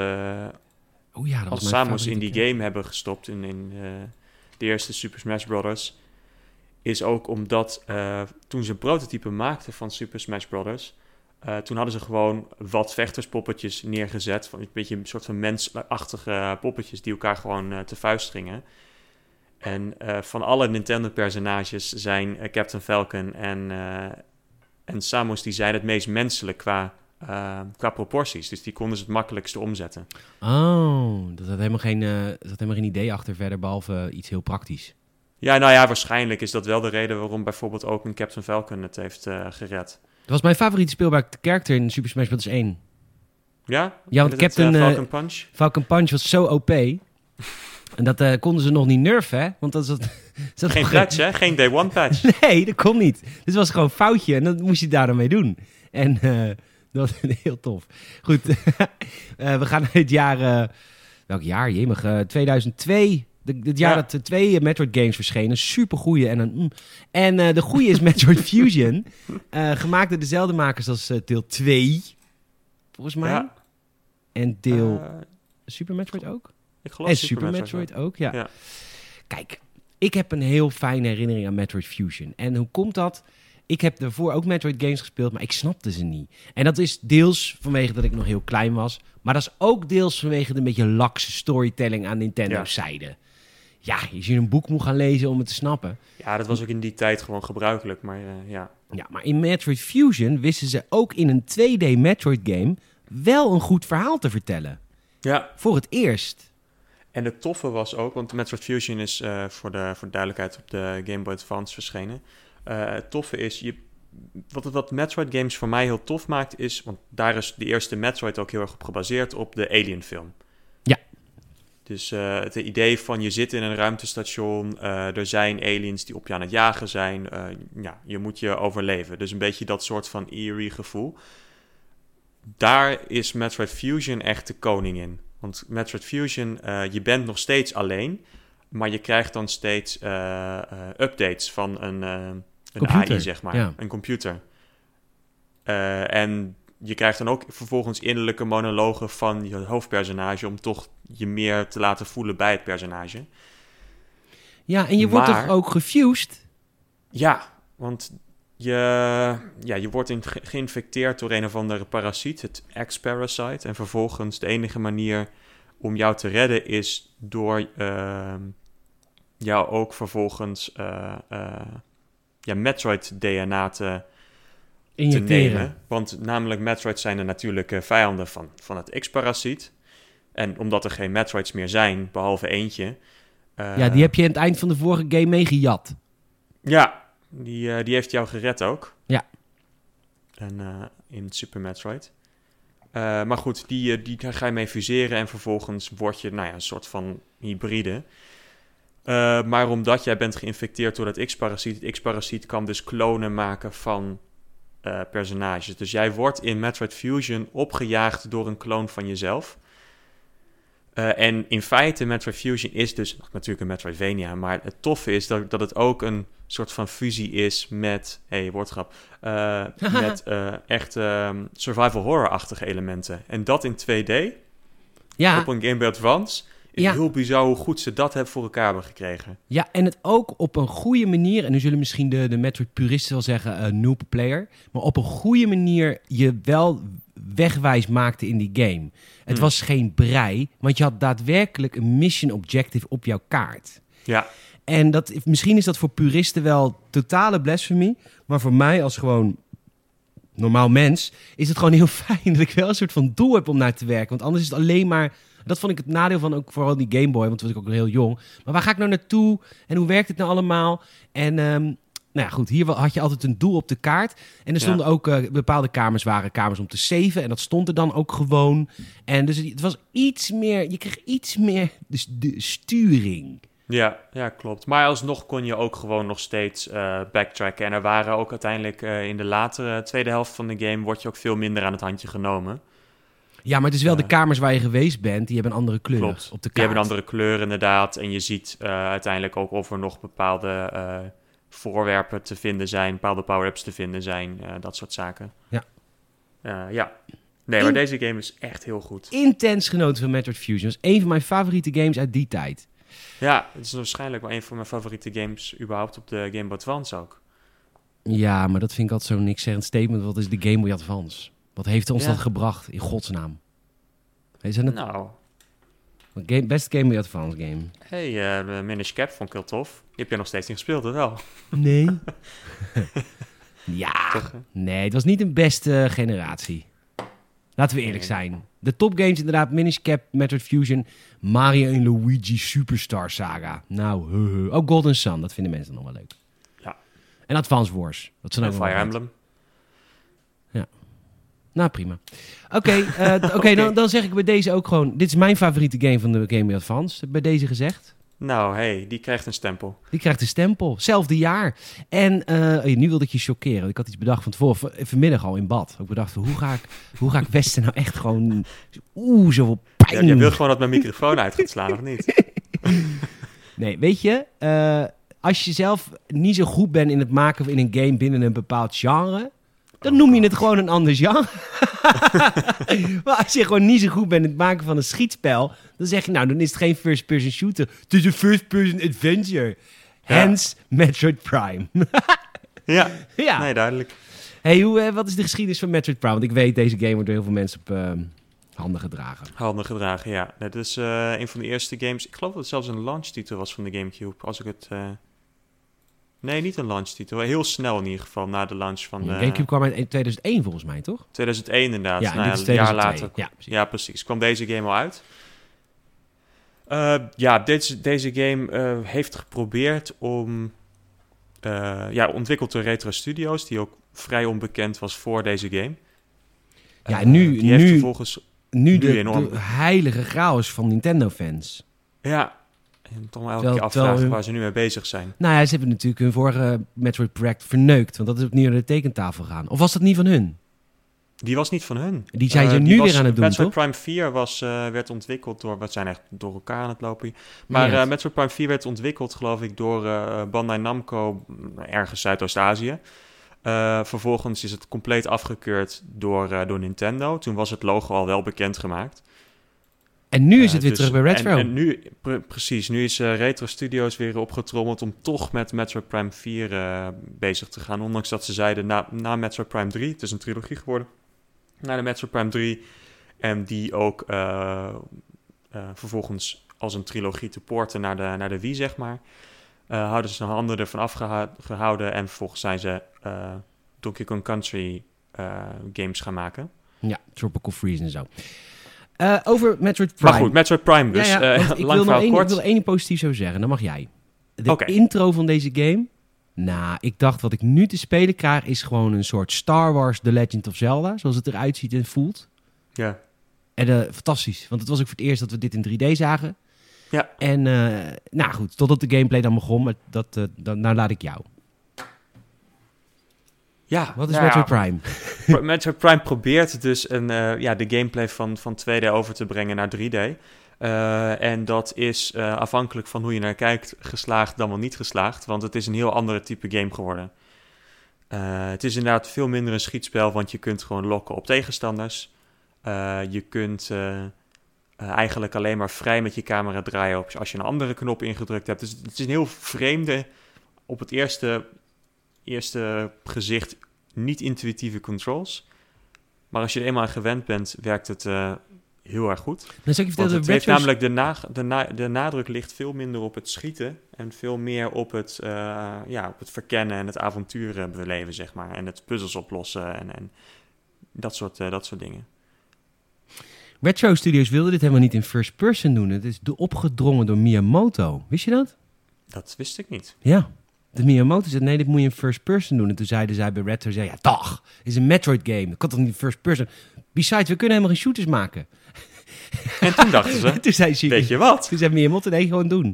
Samus in die game hebben gestopt in de eerste Super Smash Bros. Is ook omdat toen ze een prototype maakten van Super Smash Bros. Toen hadden ze gewoon wat vechterspoppetjes neergezet. Van een beetje een soort van mensachtige poppetjes die elkaar gewoon te vuist gingen. En van alle Nintendo-personages zijn Captain Falcon en Samus, die zijn het meest menselijk qua proporties. Dus die konden ze het makkelijkste omzetten. Oh, er zat helemaal geen idee achter verder, behalve iets heel praktisch. Ja, nou ja, waarschijnlijk is dat wel de reden waarom bijvoorbeeld ook een Captain Falcon het heeft gered. Dat was mijn favoriete speelbare karakter in Super Smash Bros. 1. Ja? Ja, want Captain Falcon Punch? Falcon Punch was zo OP. En dat konden ze nog niet nerfen, hè? Want dat geen patch, hè? Geen day one patch. Nee, dat kon niet. Dit was gewoon een foutje en dat moest je daar dan mee doen. En dat was heel tof. Goed, we gaan naar het jaar... welk jaar? Jemig, 2002... Het jaar dat 2 Metroid games verschenen. Supergoeie. En de goeie is Metroid Fusion. Gemaakt door dezelfde makers als deel 2. Volgens mij. Ja. En deel... Super Metroid ook? Ik geloof en Super Metroid ook, ja. Kijk, ik heb een heel fijne herinnering aan Metroid Fusion. En hoe komt dat? Ik heb daarvoor ook Metroid games gespeeld, maar ik snapte ze niet. En dat is deels vanwege dat ik nog heel klein was. Maar dat is ook deels vanwege de een beetje lakse storytelling aan Nintendo's zijde. Ja, als je een boek moet gaan lezen om het te snappen. Ja, dat was ook in die tijd gewoon gebruikelijk, maar ja. Ja, maar in Metroid Fusion wisten ze ook in een 2D Metroid game wel een goed verhaal te vertellen. Ja. Voor het eerst. En het toffe was ook, want Metroid Fusion is voor de duidelijkheid op de Game Boy Advance verschenen. Het toffe is, wat Metroid games voor mij heel tof maakt is, want daar is de eerste Metroid ook heel erg op gebaseerd op de Alien film. Ja. Dus het idee van je zit in een ruimtestation, er zijn aliens die op je aan het jagen zijn. Je moet je overleven. Dus een beetje dat soort van eerie gevoel. Daar is Metroid Fusion echt de koning in. Want Metroid Fusion, je bent nog steeds alleen, maar je krijgt dan steeds updates van een AI, zeg maar. Ja. Een computer. En je krijgt dan ook vervolgens innerlijke monologen van je hoofdpersonage om toch je meer te laten voelen bij het personage. Ja, en je wordt toch ook gefused? Ja, want je wordt geïnfecteerd door een of andere parasiet, het X-parasite. En vervolgens de enige manier om jou te redden is door jou ook vervolgens Metroid-DNA te nemen. Want namelijk Metroids zijn de natuurlijke vijanden van het X-parasiet. En omdat er geen Metroids meer zijn, behalve eentje... die heb je aan het eind van de vorige game meegejat. Ja, die heeft jou gered ook. Ja. En in Super Metroid. Maar goed, die ga je mee fuseren en vervolgens word je een soort van hybride. Maar omdat jij bent geïnfecteerd door dat X-parasiet... het X-parasiet kan dus klonen maken van personages. Dus jij wordt in Metroid Fusion opgejaagd door een kloon van jezelf. En in feite, Metroid Fusion is dus natuurlijk een Metroidvania... maar het toffe is dat het ook een soort van fusie is met... woordgrap. Met echt survival horror-achtige elementen. En dat in 2D op een Game Boy Advance... is heel bizar hoe goed ze dat voor elkaar hebben gekregen. Ja, en het ook op een goede manier... en nu zullen misschien de Metroid-puristen wel zeggen... noob player... maar op een goede manier je wel wegwijs maakte in die game. Het was geen brei... want je had daadwerkelijk een mission objective op jouw kaart. Ja. En misschien is dat voor puristen wel totale blasphemy... maar voor mij als gewoon normaal mens... is het gewoon heel fijn dat ik wel een soort van doel heb om naar te werken. Want anders is het alleen maar... Dat vond ik het nadeel van ook vooral die Game Boy, want toen was ik ook heel jong. Maar waar ga ik nou naartoe? En hoe werkt het nou allemaal? En goed, hier had je altijd een doel op de kaart. En er stonden ook bepaalde kamers waren kamers om te saven. En dat stond er dan ook gewoon. En dus het was iets meer, je kreeg iets meer de sturing. Ja, klopt. Maar alsnog kon je ook gewoon nog steeds backtracken. En er waren ook uiteindelijk in de latere tweede helft van de game... word je ook veel minder aan het handje genomen. Ja, maar het is wel de kamers waar je geweest bent, die hebben een andere kleur op de kaart. Die hebben een andere kleur inderdaad. En je ziet uiteindelijk ook of er nog bepaalde voorwerpen te vinden zijn, bepaalde power-ups te vinden zijn, dat soort zaken. Ja. Nee, maar deze game is echt heel goed. Intens genoten van Metroid Fusion. Dat is een van mijn favoriete games uit die tijd. Ja, het is waarschijnlijk wel een van mijn favoriete games überhaupt op de Game Boy Advance ook. Ja, maar dat vind ik altijd zo'n niks-zeggend statement. Wat is de Game Boy Advance? Wat heeft ons dat gebracht, in godsnaam? Best Game Boy Advance game. De Minish Cap vond ik heel tof. Die heb jij nog steeds niet gespeeld, of wel? Nee. Nee, het was niet een beste generatie. Laten we eerlijk zijn. De topgames inderdaad, Minish Cap, Metroid Fusion, Mario en Luigi Superstar Saga. Ook Golden Sun, dat vinden mensen nog wel leuk. Ja. En Advance Wars. Dat zijn ook Fire Emblem. Ja. Nou, prima. Oké, dan zeg ik bij deze ook gewoon... Dit is mijn favoriete game van de Game Boy Advance. Bij deze gezegd. Nou, die krijgt een stempel. Die krijgt een stempel. Zelfde jaar. En nu wilde ik je chockeren. Ik had iets bedacht van tevoren. Vanmiddag al in bad. Ik bedacht, hoe ga ik Westen nou echt gewoon... zoveel pijn... Ja, je wil gewoon dat mijn microfoon uit gaat slaan, of niet? Nee, weet je... als je zelf niet zo goed bent in het maken van in een game binnen een bepaald genre... Dan noem je het gewoon een ander genre. Maar als je gewoon niet zo goed bent in het maken van een schietspel... dan zeg je, dan is het geen first-person shooter. Het is een first-person adventure. Hence Metroid Prime. Ja, nee, duidelijk. Hey, wat is de geschiedenis van Metroid Prime? Want ik weet, deze game wordt door heel veel mensen op handen gedragen. Handen gedragen, ja. Het is een van de eerste games... Ik geloof dat het zelfs een launchtitel was van de GameCube. Als ik het... Nee, niet een launchtitel. Heel snel in ieder geval, na de launch van de... GameCube kwam uit in 2001 volgens mij, toch? 2001 inderdaad. Ja, een jaar later. Ja, precies. Kwam deze game al uit. Deze game heeft geprobeerd om... ontwikkeld door Retro Studios, die ook vrij onbekend was voor deze game. Ja, en nu heeft vervolgens de heilige chaos van Nintendo-fans. Ja, en toch maar elke keer afvragen waar ze nu mee bezig zijn. Nou ja, ze hebben natuurlijk hun vorige Metroid-project verneukt. Want dat is opnieuw naar de tekentafel gegaan. Of was dat niet van hun? Die was niet van hun. Die zijn ze nu weer aan het doen, Metroid toch? Prime 4 werd ontwikkeld door... Wat zijn echt door elkaar aan het lopen. Maar Metroid Prime 4 werd ontwikkeld, geloof ik, door Bandai Namco ergens Zuidoost-Azië. Vervolgens is het compleet afgekeurd door Nintendo. Toen was het logo al wel bekendgemaakt. En nu is het weer terug bij Retro. En nu, precies, nu is Retro Studios weer opgetrommeld om toch met Metroid Prime 4 bezig te gaan. Ondanks dat ze zeiden, na Metroid Prime 3, het is een trilogie geworden, na de Metroid Prime 3, en die ook vervolgens als een trilogie te porten naar de Wii, zeg maar. Houden ze hun handen ervan afgehouden en vervolgens zijn ze Donkey Kong Country games gaan maken. Ja, Tropical Freeze en zo. Over Metroid Prime. Maar goed, Metroid Prime dus. Ik wil één positief zo zeggen, dan mag jij. De intro van deze game... Nou, ik dacht wat ik nu te spelen krijg is gewoon een soort Star Wars The Legend of Zelda. Zoals het eruit ziet en voelt. Ja. En fantastisch, want het was ook voor het eerst dat we dit in 3D zagen. Ja. En nou goed, totdat de gameplay dan begon, maar nou laat ik jou. Ja, wat is Metroid Prime? Metroid Prime probeert dus de gameplay van 2D over te brengen naar 3D. En dat is afhankelijk van hoe je naar kijkt, geslaagd dan wel niet geslaagd. Want het is een heel andere type game geworden. Het is inderdaad veel minder een schietspel, want je kunt gewoon lokken op tegenstanders. Je kunt eigenlijk alleen maar vrij met je camera draaien als je een andere knop ingedrukt hebt. Dus het is een heel vreemde, op het eerste gezicht niet intuïtieve controls. Maar als je er eenmaal aan gewend bent, werkt het heel erg goed. Dan zou ik Want het heeft namelijk de nadruk ligt veel minder op het schieten en veel meer op het verkennen en het avonturen beleven, zeg maar. En het puzzels oplossen en dat soort dingen. Retro Studios wilde dit helemaal niet in first person doen. Het is opgedrongen door Miyamoto. Wist je dat? Dat wist ik niet. Ja. De Miyamoto zei, nee, dit moet je in first person doen. En toen zeiden zij bij Retro, ja, dag, het is een Metroid game. Dat kan toch niet in first person? Besides, we kunnen helemaal geen shooters maken. En toen dachten ze, toen zei weet je wat? Toen zei Miyamoto, nee, gewoon doen.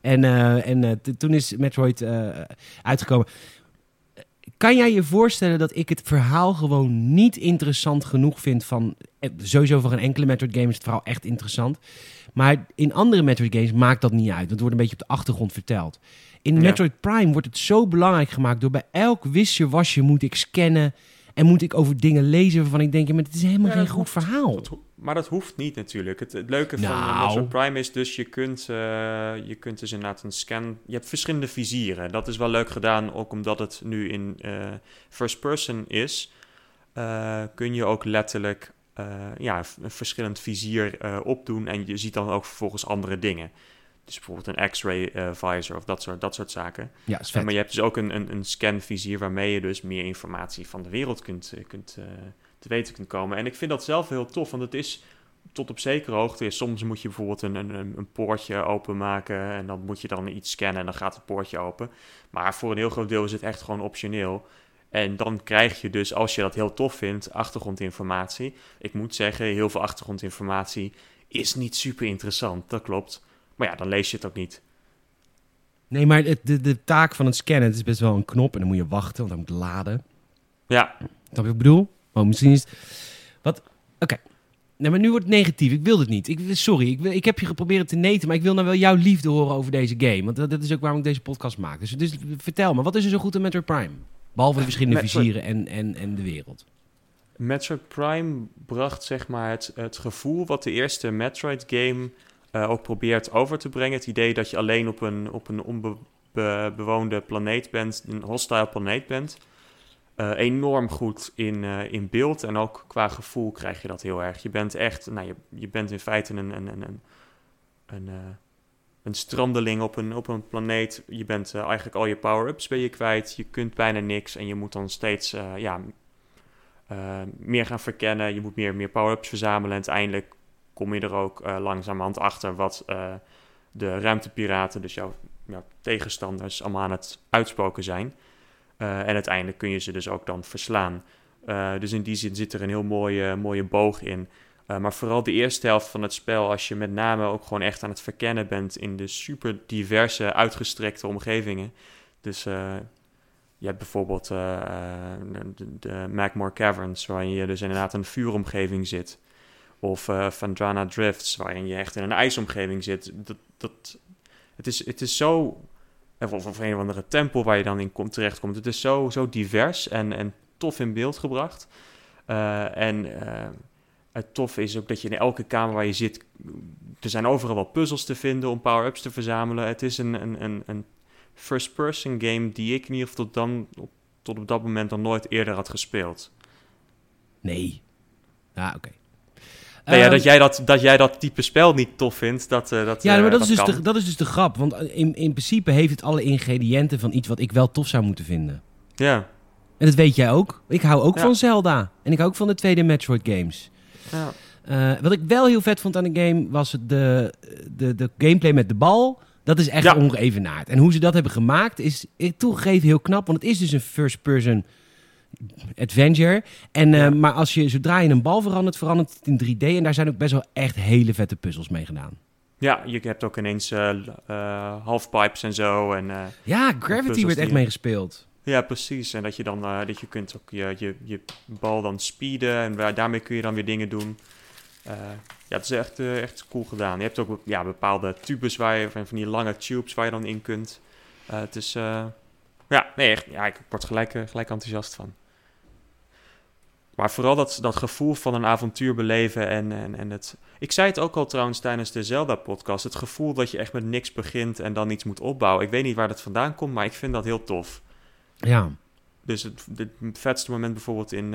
En toen is Metroid uitgekomen. Kan jij je voorstellen dat ik het verhaal gewoon niet interessant genoeg vind van... Sowieso voor een enkele Metroid game is het verhaal echt interessant. Maar in andere Metroid games maakt dat niet uit. Het wordt een beetje op de achtergrond verteld. In Metroid Prime wordt het zo belangrijk gemaakt... door bij elk wisje-wasje moet ik scannen... en moet ik over dingen lezen waarvan ik denk... maar het is helemaal geen goed verhaal. Maar dat hoeft niet natuurlijk. Het leuke van Metroid Prime is dus... je kunt dus inderdaad een scan... Je hebt verschillende vizieren. Dat is wel leuk gedaan, ook omdat het nu in first person is... kun je ook letterlijk een verschillend vizier opdoen... en je ziet dan ook vervolgens andere dingen... Dus bijvoorbeeld een X-ray visor of dat soort zaken. Ja, is vet. Maar je hebt dus ook een scanvizier waarmee je dus meer informatie van de wereld te weten kunt komen. En ik vind dat zelf heel tof, want het is tot op zekere hoogte. Soms moet je bijvoorbeeld een poortje openmaken en dan moet je dan iets scannen en dan gaat het poortje open. Maar voor een heel groot deel is het echt gewoon optioneel. En dan krijg je dus, als je dat heel tof vindt, achtergrondinformatie. Ik moet zeggen, heel veel achtergrondinformatie is niet super interessant, dat klopt. Maar ja, dan lees je het ook niet. Nee, maar de taak van het scannen, het is best wel een knop... en dan moet je wachten, want dan moet het laden. Ja. Snap je wat ik bedoel? Oh, misschien is het... Wat? Oké. Nee, maar nu wordt het negatief. Ik wil het niet. Sorry, ik heb je geprobeerd te neten... maar ik wil nou wel jouw liefde horen over deze game. Want dat is ook waarom ik deze podcast maak. Dus vertel me, wat is er zo goed aan Metroid Prime? Behalve de verschillende vizieren en de wereld. Metroid Prime bracht zeg maar het gevoel... wat de eerste Metroid game... ook probeert over te brengen. Het idee dat je alleen op een onbewoonde planeet bent, een hostile planeet bent. Enorm goed in beeld en ook qua gevoel krijg je dat heel erg. Je bent echt, je bent in feite een strandeling op een planeet. Je bent eigenlijk al je power-ups ben je kwijt. Je kunt bijna niks en je moet dan steeds meer gaan verkennen. Je moet meer power-ups verzamelen en uiteindelijk kom je er ook langzamerhand achter wat de ruimtepiraten, dus jouw tegenstanders, allemaal aan het uitspoken zijn. En uiteindelijk kun je ze dus ook dan verslaan. Dus in die zin zit er een heel mooie boog in. Maar vooral de eerste helft van het spel, als je met name ook gewoon echt aan het verkennen bent in de super diverse, uitgestrekte omgevingen. Dus je hebt bijvoorbeeld de Magmore Caverns, waarin je dus inderdaad in een vuuromgeving zit. Of Vandrana Drifts, waarin je echt in een ijsomgeving zit. Het is zo... Of een of andere tempel waar je dan in terechtkomt. Het is zo divers en tof in beeld gebracht. Het tof is ook dat je in elke kamer waar je zit... Er zijn overal wel puzzels te vinden om power-ups te verzamelen. Het is een first-person game die ik in ieder geval tot op dat moment nog nooit eerder had gespeeld. Nee. Ja, oké. Dat jij dat type spel niet tof vindt, maar dat is dus de grap. Want in principe heeft het alle ingrediënten van iets wat ik wel tof zou moeten vinden. Ja. En dat weet jij ook. Ik hou ook van Zelda. En ik hou ook van de 2D Metroid games. Ja. Wat ik wel heel vet vond aan de game was de gameplay met de bal. Dat is echt ongeëvenaard. En hoe ze dat hebben gemaakt is toegegeven heel knap. Want het is dus een first-person adventure. Maar zodra je een bal verandert het in 3D. En daar zijn ook best wel echt hele vette puzzels mee gedaan. Ja, je hebt ook ineens halfpipes en zo. Gravity werd echt meegespeeld. Ja, precies. En dat je dan dat je kunt ook je bal dan speeden. En daarmee kun je dan weer dingen doen. Het is echt cool gedaan. Je hebt ook bepaalde tubes van die lange tubes waar je dan in kunt. Het is... ik word gelijk enthousiast van. Maar vooral dat gevoel van een avontuur beleven en het... Ik zei het ook al trouwens tijdens de Zelda-podcast. Het gevoel dat je echt met niks begint en dan iets moet opbouwen. Ik weet niet waar dat vandaan komt, maar ik vind dat heel tof. Ja. Dus het vetste moment bijvoorbeeld in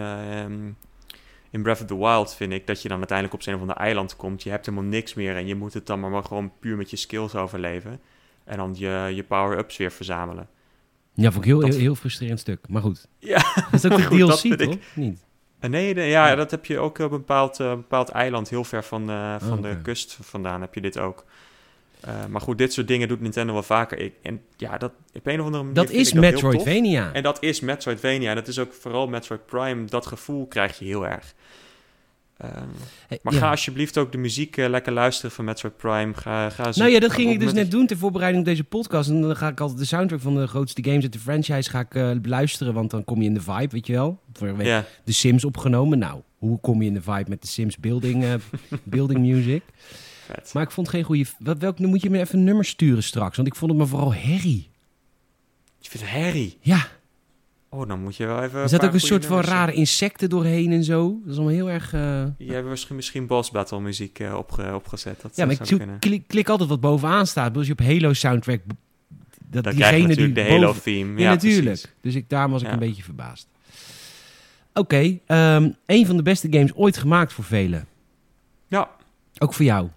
Breath of the Wild vind ik... dat je dan uiteindelijk op zo'n of ander eiland komt. Je hebt helemaal niks meer en je moet het dan maar gewoon puur met je skills overleven. En dan je power-ups weer verzamelen. Ja, vond ik heel frustrerend stuk. Maar goed. Ja. Dat is ook een DLC, toch? Niet? Nee, dat heb je ook op een bepaald eiland, heel ver van de kust vandaan heb je dit ook. Maar goed, dit soort dingen doet Nintendo wel vaker. Dat op een of andere manier dat is Metroidvania. En dat is Metroidvania. Dat is ook vooral Metroid Prime. Dat gevoel krijg je heel erg. Ga alsjeblieft ook de muziek lekker luisteren van Metroid Prime. Dat ging ik dus net doen ter voorbereiding op deze podcast. En dan ga ik altijd de soundtrack van de grootste games uit de franchise beluisteren. Want dan kom je in de vibe, weet je wel. De Sims opgenomen. Nou, hoe kom je in de vibe met de Sims building music? Vet. Maar ik vond geen goede... Welke moet je me even een nummer sturen straks? Want ik vond het maar vooral herrie. Je vindt herrie? Ja. Oh, dan moet je wel even... Er zat ook een soort van rare insecten doorheen en zo. Dat is allemaal heel erg... Je hebt misschien boss battle muziek opgezet. Maar ik klik altijd wat bovenaan staat. Als je op Halo soundtrack... Dan krijg je natuurlijk de Halo theme. Ja, natuurlijk. Precies. Dus daar was ik een beetje verbaasd. Oké, een van de beste games ooit gemaakt voor velen. Ja. Ook voor jou?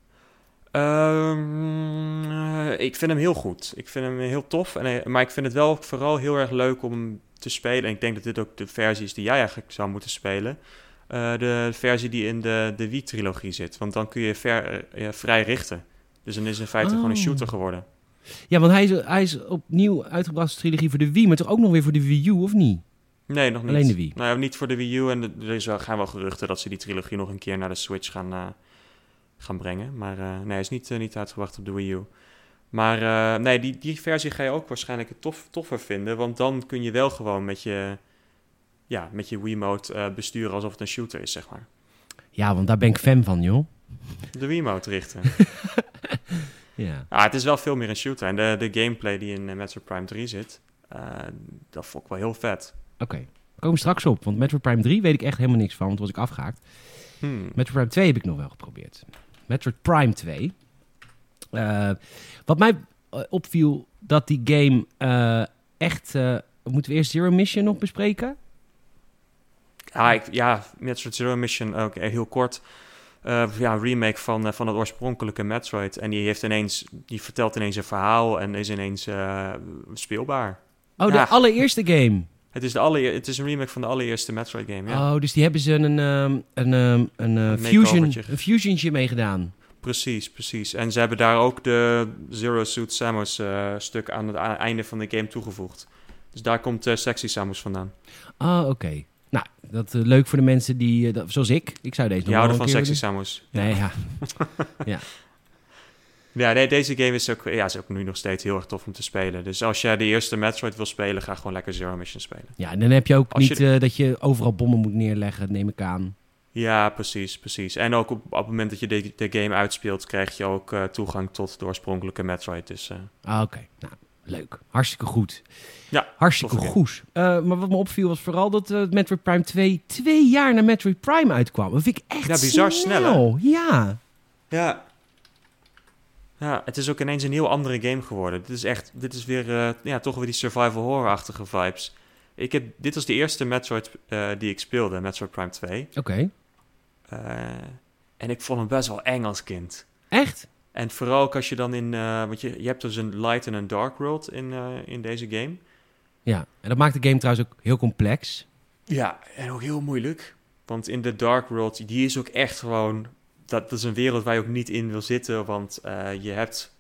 Ik vind hem heel goed. Ik vind hem heel tof. Maar ik vind het wel vooral heel erg leuk om te spelen. En ik denk dat dit ook de versie is die jij eigenlijk zou moeten spelen. De versie die in de Wii-trilogie zit. Want dan kun je vrij richten. Dus dan is in feite gewoon een shooter geworden. Ja, want hij is opnieuw uitgebracht als trilogie voor de Wii. Maar toch ook nog weer voor de Wii U, of niet? Nee, nog niet. Alleen de Wii? Nou ja, niet voor de Wii U. En er gaan wel geruchten dat ze die trilogie nog een keer naar de Switch gaan brengen. Maar hij is niet uitgebracht op de Wii U. Maar die versie ga je ook waarschijnlijk toffer vinden. Want dan kun je wel gewoon met je Wiimote besturen alsof het een shooter is, zeg maar. Ja, want daar ben ik fan van, joh. De Wiimote richten. Ja. Het is wel veel meer een shooter. En de gameplay die in Metroid Prime 3 zit, dat vond ik wel heel vet. Oké. We komen straks op. Want Metroid Prime 3 weet ik echt helemaal niks van, want was ik afgehaakt. Metroid Prime 2 heb ik nog wel geprobeerd. Metroid Prime 2. Wat mij opviel, dat die game echt... moeten we eerst Zero Mission nog bespreken? Metroid Zero Mission ook heel kort. Een remake van het oorspronkelijke Metroid. En die vertelt ineens een verhaal en is ineens speelbaar. Oh, de allereerste game. Het is een remake van de allereerste Metroid game, ja. Oh, dus die hebben ze een fusiontje mee gedaan. Precies. En ze hebben daar ook de Zero Suit Samus stuk aan het einde van de game toegevoegd. Dus daar komt Sexy Samus vandaan. Ah, oké. Nou, Dat leuk voor de mensen die, zoals ik. Ik zou deze nog Je wel houden een van keer Sexy willen- Samus. Nee, ja. Ja. Ja, nee, deze game is ook nu nog steeds heel erg tof om te spelen. Dus als jij de eerste Metroid wil spelen, ga gewoon lekker Zero Mission spelen. Ja, en dan heb je ook Als niet je- dat je overal bommen moet neerleggen, neem ik aan. Ja, precies. En ook op het moment dat je de game uitspeelt, krijg je ook toegang tot de oorspronkelijke Metroid. Dus Oké, nou, leuk. Hartstikke goed. ja, Hartstikke toffe goed. Maar wat me opviel was vooral dat Metroid Prime 2 jaar na Metroid Prime uitkwam. Dat vind ik echt Ja, bizar snel, hè? Ja. Ja, het is ook ineens een heel andere game geworden. Dit is weer, toch weer die survival horror-achtige vibes. Dit was de eerste Metroid die ik speelde, Metroid Prime 2. Oké. En ik vond hem best wel eng als kind. Echt? En vooral ook als je dan want je hebt dus een light en een dark world in deze game. Ja. En dat maakt de game trouwens ook heel complex. Ja, en ook heel moeilijk. Want in de dark world, die is ook echt gewoon... Dat is een wereld waar je ook niet in wil zitten, want je hebt...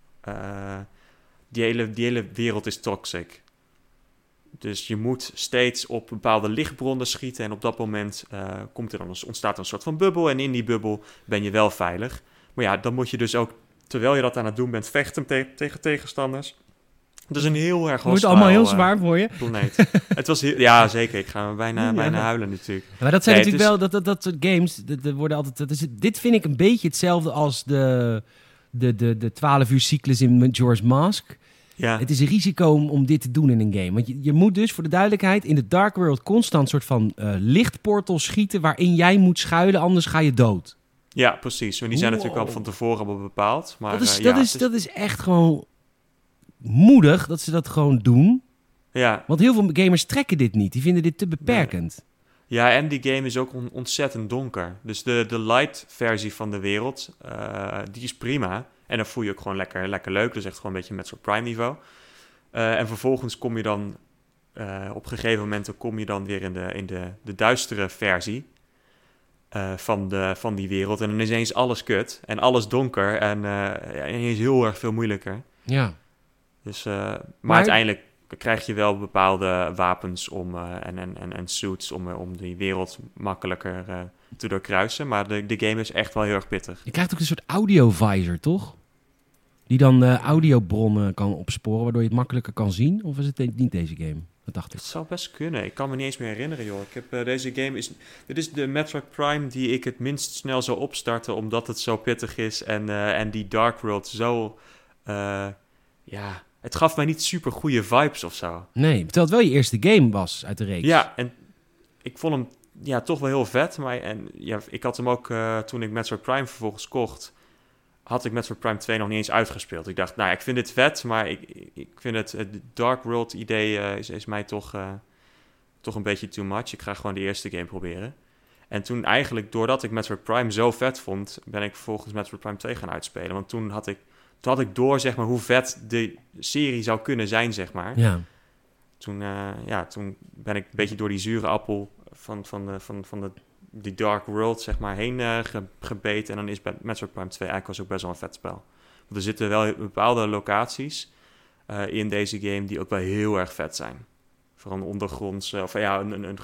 die hele wereld is toxic. Dus je moet steeds op bepaalde lichtbronnen schieten en op dat moment ontstaat er een soort van bubbel en in die bubbel ben je wel veilig. Maar ja, dan moet je dus ook, terwijl je dat aan het doen bent, vechten tegen tegenstanders. Het is een heel erg Het wordt hostile, allemaal heel zwaar voor je. planeet. Het was ja, zeker. Ik ga bijna huilen natuurlijk. Maar dat zijn Nee, natuurlijk wel, dat soort games, dat worden altijd... dit vind ik een beetje hetzelfde als de 12 uur cyclus in Majora's Mask. Ja, Het is een risico om dit te doen in een game. Want je moet dus, voor de duidelijkheid, in de Dark World constant soort van lichtportals schieten waarin jij moet schuilen, anders ga je dood. ja, precies. Maar die zijn Wow. natuurlijk al van tevoren al bepaald. Maar, Dat is echt gewoon moedig dat ze dat gewoon doen. ja, Want heel veel gamers trekken dit niet. Die vinden dit te beperkend. ja, en die game is ook ontzettend donker. Dus de light versie van de wereld, die is prima. En dan voel je ook gewoon lekker leuk. Dus echt gewoon een beetje met zo'n Prime niveau. En vervolgens kom je dan... op gegeven momenten kom je dan weer in de duistere versie van die wereld. En dan is ineens alles kut en alles donker. En ineens heel erg veel moeilijker. Ja. Dus, maar uiteindelijk krijg je wel bepaalde wapens en suits om die wereld makkelijker te doorkruisen. Maar de game is echt wel heel erg pittig. Je krijgt ook een soort audiovisor, toch? Die dan audiobronnen kan opsporen, waardoor je het makkelijker kan zien. Of is het niet deze game? Dat dacht ik. Het zou best kunnen. Ik kan me niet eens meer herinneren, joh. Deze game dit is de Metroid Prime die ik het minst snel zou opstarten, omdat het zo pittig is en die Dark World zo... het gaf mij niet super goede vibes of zo. Nee, terwijl het wel je eerste game was uit de reeks. Ja, en ik vond hem toch wel heel vet. Ik had hem ook toen ik Metroid Prime vervolgens kocht, had ik Metroid Prime 2 nog niet eens uitgespeeld. Ik dacht, ik vind dit vet, maar ik vind het Dark World idee is mij toch een beetje too much. Ik ga gewoon de eerste game proberen. En toen eigenlijk, doordat ik Metroid Prime zo vet vond, ben ik vervolgens Metroid Prime 2 gaan uitspelen. Want toen had ik door, zeg maar, hoe vet de serie zou kunnen zijn, zeg maar. Ja. Toen ben ik een beetje door die zure appel van die Dark World, zeg maar, heen gebeten. En dan is Metroid Prime 2 eigenlijk ook best wel een vet spel. Want er zitten wel bepaalde locaties in deze game die ook wel heel erg vet zijn. Vooral een ondergronds, een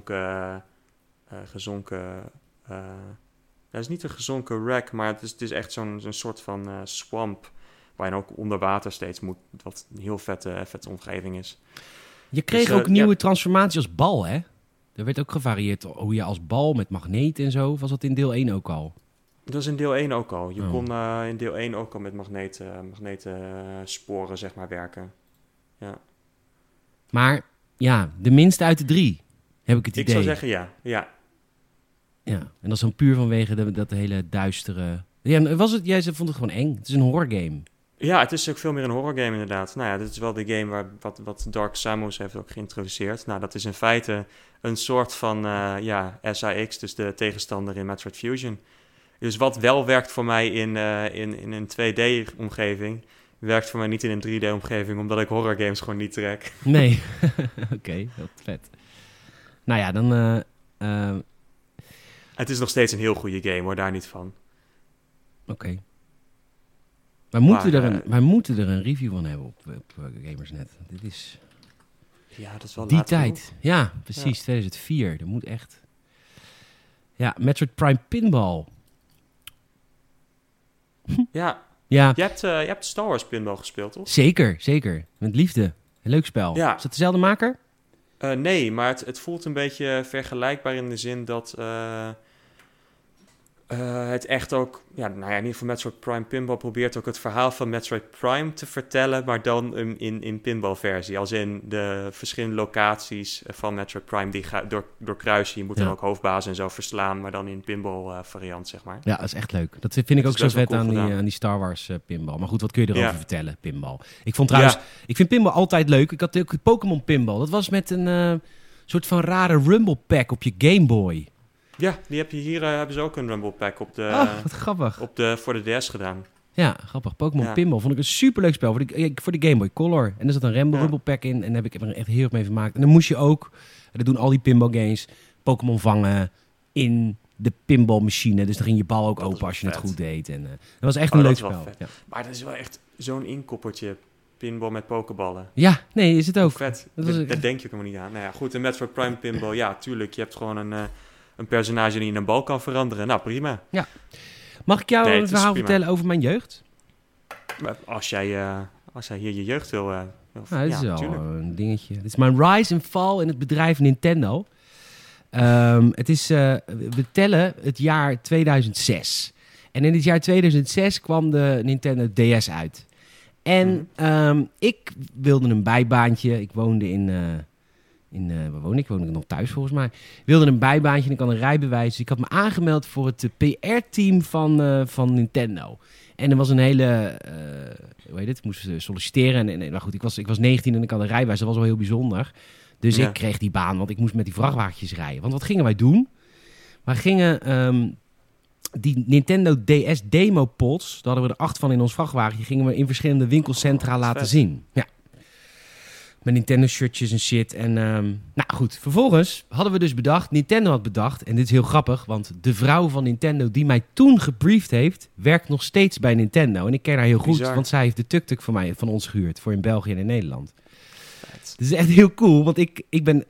gezonken... dat is niet een gezonken wreck, maar het is echt zo'n soort van swamp, waar je ook onder water steeds moet, wat een heel vette omgeving is. Je kreeg Dus, ook nieuwe transformaties als bal, hè? Er werd ook gevarieerd hoe je als bal met magneet en zo. Was dat in deel 1 ook al? Dat is in deel 1 ook al. Je kon in deel 1 ook al met magnetensporen, zeg maar, werken. Ja. Maar ja, de minste uit de 3, heb ik het idee. Ik zou zeggen ja. Ja, en dat is dan puur vanwege dat hele duistere... Ja, jij vond het gewoon eng. Het is een horrorgame. Ja, het is ook veel meer een horrorgame inderdaad. Nou ja, dit is wel de game wat Dark Samus heeft ook geïntroduceerd. Nou, dat is in feite een soort van SAX, dus de tegenstander in Metroid Fusion. Dus wat wel werkt voor mij in een 2D-omgeving, werkt voor mij niet in een 3D-omgeving, omdat ik horrorgames gewoon niet trek. Nee. Oké, wat vet. Nou ja, dan... Het is nog steeds een heel goede game, hoor, daar niet van. Oké. Wij moeten er een review van hebben op Gamersnet. Dit is... Ja, dat is wel Die laat tijd. genoeg. Ja, precies. 2004. Dat moet echt... Ja, Metroid Prime Pinball. Ja, Ja, je hebt Star Wars Pinball gespeeld, toch? zeker. Met liefde. Een leuk spel. Ja. Is dat dezelfde maker? Nee, maar het voelt een beetje vergelijkbaar in de zin dat het echt ook... Ja, nou ja, in ieder geval Metroid Prime Pinball probeert ook het verhaal van Metroid Prime te vertellen, maar dan in pinball-versie. Als in de verschillende locaties van Metroid Prime die doorkruisen. Je moet dan ook hoofdbazen en zo verslaan, maar dan in pinball-variant, zeg maar. Ja, dat is echt leuk. Dat vind ik ook zo vet aan die Star Wars pinball. Maar goed, wat kun je erover vertellen, pinball? Ik vond trouwens... Ik vind pinball altijd leuk. Ik had ook Pokémon pinball. Dat was met een soort van rare Rumble Pack op je Game Boy. Ja, die heb je hier, hebben ze ook een Rumble Pack op de... wat grappig. Voor de DS gedaan. Ja, grappig. Pokémon Pinball vond ik een superleuk spel voor de Game Boy Color. En er zat een Rumble Pack in en ik heb er echt heel erg mee vermaakt. En dan moest je ook, dat doen al die pinball games, Pokémon vangen in de pinballmachine. Dus dan ging je bal ook open als je het goed deed. En dat was echt een leuk spel. Ja. Maar dat is wel echt zo'n inkoppertje, pinball met pokeballen. Ja, nee, is het ook. Vet. Daar denk je ook helemaal niet aan. Nou ja, goed, en Metroid Prime Pinball, ja, tuurlijk. Je hebt gewoon een personage die in een bal kan veranderen. Nou, prima. Ja. Mag ik jou een verhaal vertellen over mijn jeugd? Als jij hier je jeugd wil... dat is wel een dingetje. Dit is mijn rise and fall in het bedrijf Nintendo. We tellen het jaar 2006. En in het jaar 2006 kwam de Nintendo DS uit. En ik wilde een bijbaantje. Ik woonde waar woonde ik? Woonde ik nog thuis volgens mij. Ik wilde een bijbaantje en ik had een rijbewijs. Dus ik had me aangemeld voor het PR-team van Nintendo. En er was een hele... ik moest solliciteren. Maar goed, ik was 19 en ik had een rijbewijs. Dat was wel heel bijzonder. Dus ik kreeg die baan, want ik moest met die vrachtwagentjes rijden. Want wat gingen wij doen? Wij gingen... die Nintendo DS demo pods, daar hadden we er 8 van in ons vrachtwagentje, gingen we in verschillende winkelcentra laten zien. Ja. Met Nintendo shirtjes en shit. En nou goed, vervolgens hadden we dus bedacht, Nintendo had bedacht, en dit is heel grappig, want de vrouw van Nintendo die mij toen gebriefd heeft, werkt nog steeds bij Nintendo. En ik ken haar heel goed, want zij heeft de tuk-tuk van ons gehuurd, voor in België en in Nederland. Het is echt heel cool, want ik ben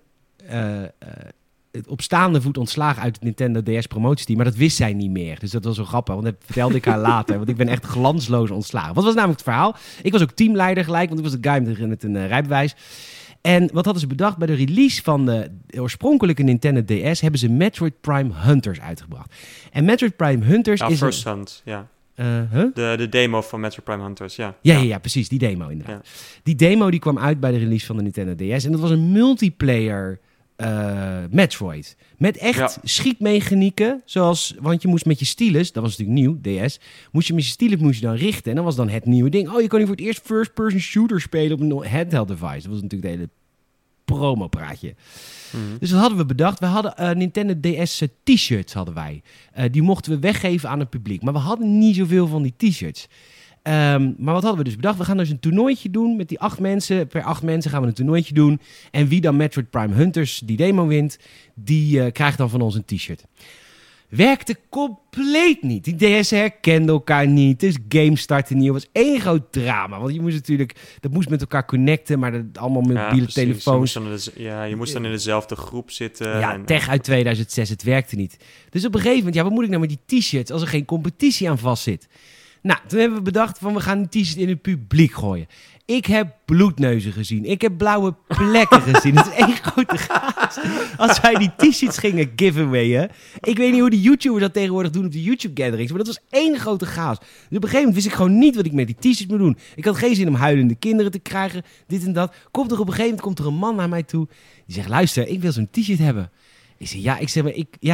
op staande voet ontslagen uit het Nintendo DS promotieteam, maar dat wist zij niet meer. Dus dat was zo grappig, want dat vertelde ik haar later, want ik ben echt glansloos ontslagen. Wat was namelijk het verhaal? Ik was ook teamleider gelijk, want ik was de guy met een rijbewijs. En wat hadden ze bedacht? Bij de release van de oorspronkelijke Nintendo DS hebben ze Metroid Prime Hunters uitgebracht. En Metroid Prime Hunters is... First Hunt, ja. De demo van Metroid Prime Hunters, ja. Ja, precies, die demo inderdaad. Ja. Die demo die kwam uit bij de release van de Nintendo DS en dat was een multiplayer Metroid. Met echt schietmechanieken, want je moest met je stylus, dat was natuurlijk nieuw, DS, moest je met je stylus dan richten en dat was dan het nieuwe ding. Oh, je kon hier voor het eerst first-person shooter spelen op een handheld device. Dat was natuurlijk de hele promo-praatje. Dus dat hadden we bedacht. We hadden Nintendo DS t-shirts hadden wij. Die mochten we weggeven aan het publiek. Maar we hadden niet zoveel van die t-shirts. Maar wat hadden we dus bedacht? We gaan dus een toernooitje doen met die 8 mensen. Per 8 mensen gaan we een toernooitje doen. En wie dan Metroid Prime Hunters die demo wint, die krijgt dan van ons een t-shirt. Werkte compleet niet. Die DS herkende elkaar niet. Dus game startte niet. Het was één groot drama. Want je moest natuurlijk... Dat moest met elkaar connecten. Maar dat allemaal mobiele telefoons. Je moest dan in dezelfde groep zitten. Ja, tech uit 2006. Het werkte niet. Dus op een gegeven moment... Ja, wat moet ik nou met die t-shirts als er geen competitie aan vast zit? Nou, toen hebben we bedacht van we gaan die t-shirt in het publiek gooien. Ik heb bloedneuzen gezien. Ik heb blauwe plekken gezien. Het is één grote chaos. Als wij die t-shirts gingen giveawayen. Ik weet niet hoe de YouTubers dat tegenwoordig doen op de YouTube-gatherings. Maar dat was één grote chaos. Dus op een gegeven moment wist ik gewoon niet wat ik met die t-shirts moet doen. Ik had geen zin om huilende kinderen te krijgen. Dit en dat. Op een gegeven moment een man naar mij toe. Die zegt, luister, ik wil zo'n t-shirt hebben. Ik zeg, ja. Ik zeg,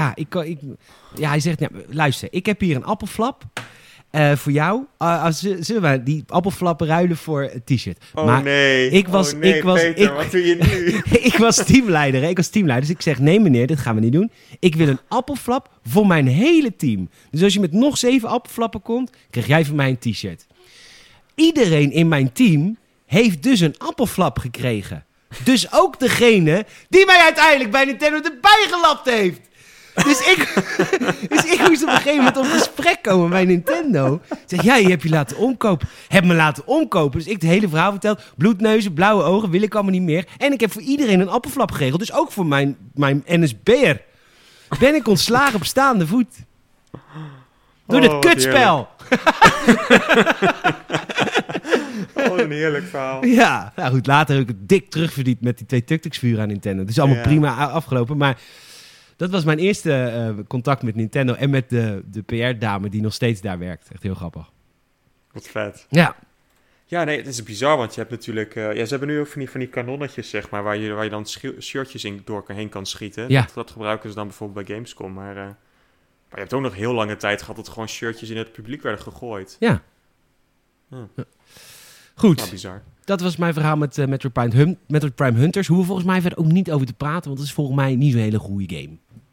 maar hij zegt, luister, ik heb hier een appelflap. Voor jou, zullen we die appelflappen ruilen voor een t-shirt? Maar Peter, wat doe je nu? Ik was teamleider, dus ik zeg, nee meneer, dit gaan we niet doen. Ik wil een appelflap voor mijn hele team. Dus als je met nog 7 appelflappen komt, krijg jij van mij een t-shirt. Iedereen in mijn team heeft dus een appelflap gekregen. Dus ook degene die mij uiteindelijk bij Nintendo erbij gelapt heeft. Dus ik moest op een gegeven moment op gesprek komen bij Nintendo. Ik zeg, jij hebt je laten omkopen. Heb me laten omkopen. Dus ik het hele verhaal verteld. Bloedneuzen, blauwe ogen, wil ik allemaal niet meer. En ik heb voor iedereen een appelflap geregeld. Dus ook voor mijn NSB'er. Ben ik ontslagen op staande voet. Door dit kutspel. Oh, een heerlijk verhaal. Ja, nou goed, later heb ik het dik terugverdiend met die 2 tuk-tuks-vuren aan Nintendo. Het is allemaal prima afgelopen, maar dat was mijn eerste contact met Nintendo en met de PR-dame die nog steeds daar werkt. Echt heel grappig. Wat vet. Ja. Ja, nee, het is bizar, want je hebt natuurlijk... ze hebben nu ook van die kanonnetjes, zeg maar, waar je dan shirtjes heen kan schieten. Ja. Dat gebruiken ze dan bijvoorbeeld bij Gamescom, maar je hebt ook nog heel lange tijd gehad dat gewoon shirtjes in het publiek werden gegooid. Ja. Goed. Nou, bizar. Dat was mijn verhaal met Metroid Prime Hunters. Hoeven volgens mij verder ook niet over te praten, want het is volgens mij niet zo'n hele goede game.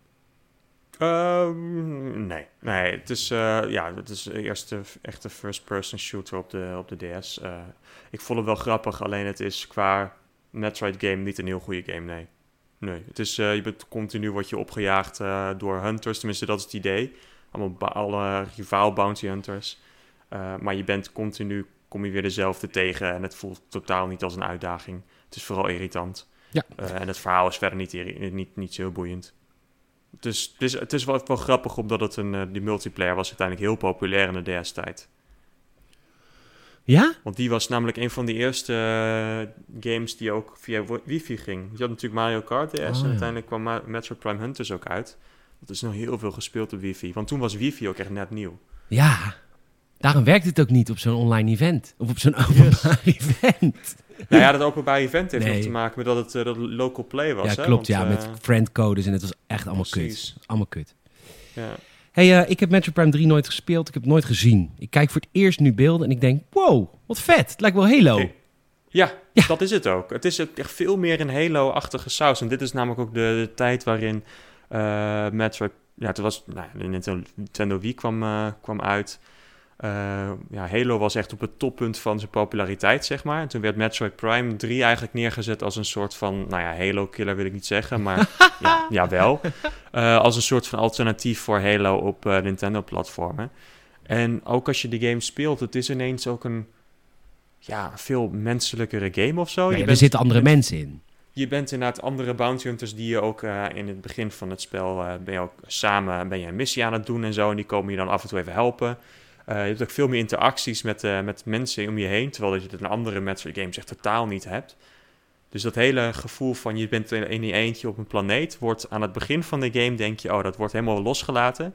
Nee, het is eerst de echte first-person shooter op de DS. Ik vond het wel grappig, alleen het is qua Metroid game niet een heel goede game, nee. Het is, word je opgejaagd door hunters, tenminste dat is het idee. Allemaal alle rivaal bounty hunters. Maar je bent kom je weer dezelfde tegen en het voelt totaal niet als een uitdaging. Het is vooral irritant. Ja. En het verhaal is verder niet zo heel boeiend. Dus het is wel grappig, omdat die multiplayer was uiteindelijk heel populair in de DS-tijd. Ja? Want die was namelijk een van de eerste games die ook via wifi ging. Je had natuurlijk Mario Kart DS en uiteindelijk kwam Metroid Prime Hunters ook uit. Dat is nog heel veel gespeeld op wifi. Want toen was wifi ook echt net nieuw. Ja, daarom werkt het ook niet op zo'n online event. Of op zo'n openbaar event. Nou ja, dat openbaar event heeft nog te maken met dat het local play was. Ja, klopt. Want, met friendcodes en het was echt allemaal precies. kut. Allemaal kut. Ja. Hey, ik heb Metroid Prime 3 nooit gespeeld. Ik heb het nooit gezien. Ik kijk voor het eerst nu beelden en ik denk, wow, wat vet. Het lijkt wel Halo. Ja, dat is het ook. Het is echt veel meer een Halo-achtige saus. En dit is namelijk ook de tijd waarin Metroid... Ja, het was... de Nintendo Wii kwam uit. Halo was echt op het toppunt van zijn populariteit, zeg maar. En toen werd Metroid Prime 3 eigenlijk neergezet als een soort van... Halo-killer wil ik niet zeggen, maar wel. Als een soort van alternatief voor Halo op Nintendo-platformen. En ook als je de game speelt, het is ineens ook een veel menselijkere game of zo. Er zitten andere mensen in. Je bent inderdaad andere bounty hunters die je ook in het begin van het spel... ben je ook samen een missie aan het doen en zo. En die komen je dan af en toe even helpen. Je hebt ook veel meer interacties met mensen om je heen, terwijl je het in andere Metroid games echt totaal niet hebt. Dus dat hele gevoel van je bent in je eentje op een planeet, wordt aan het begin van de game denk je, dat wordt helemaal losgelaten.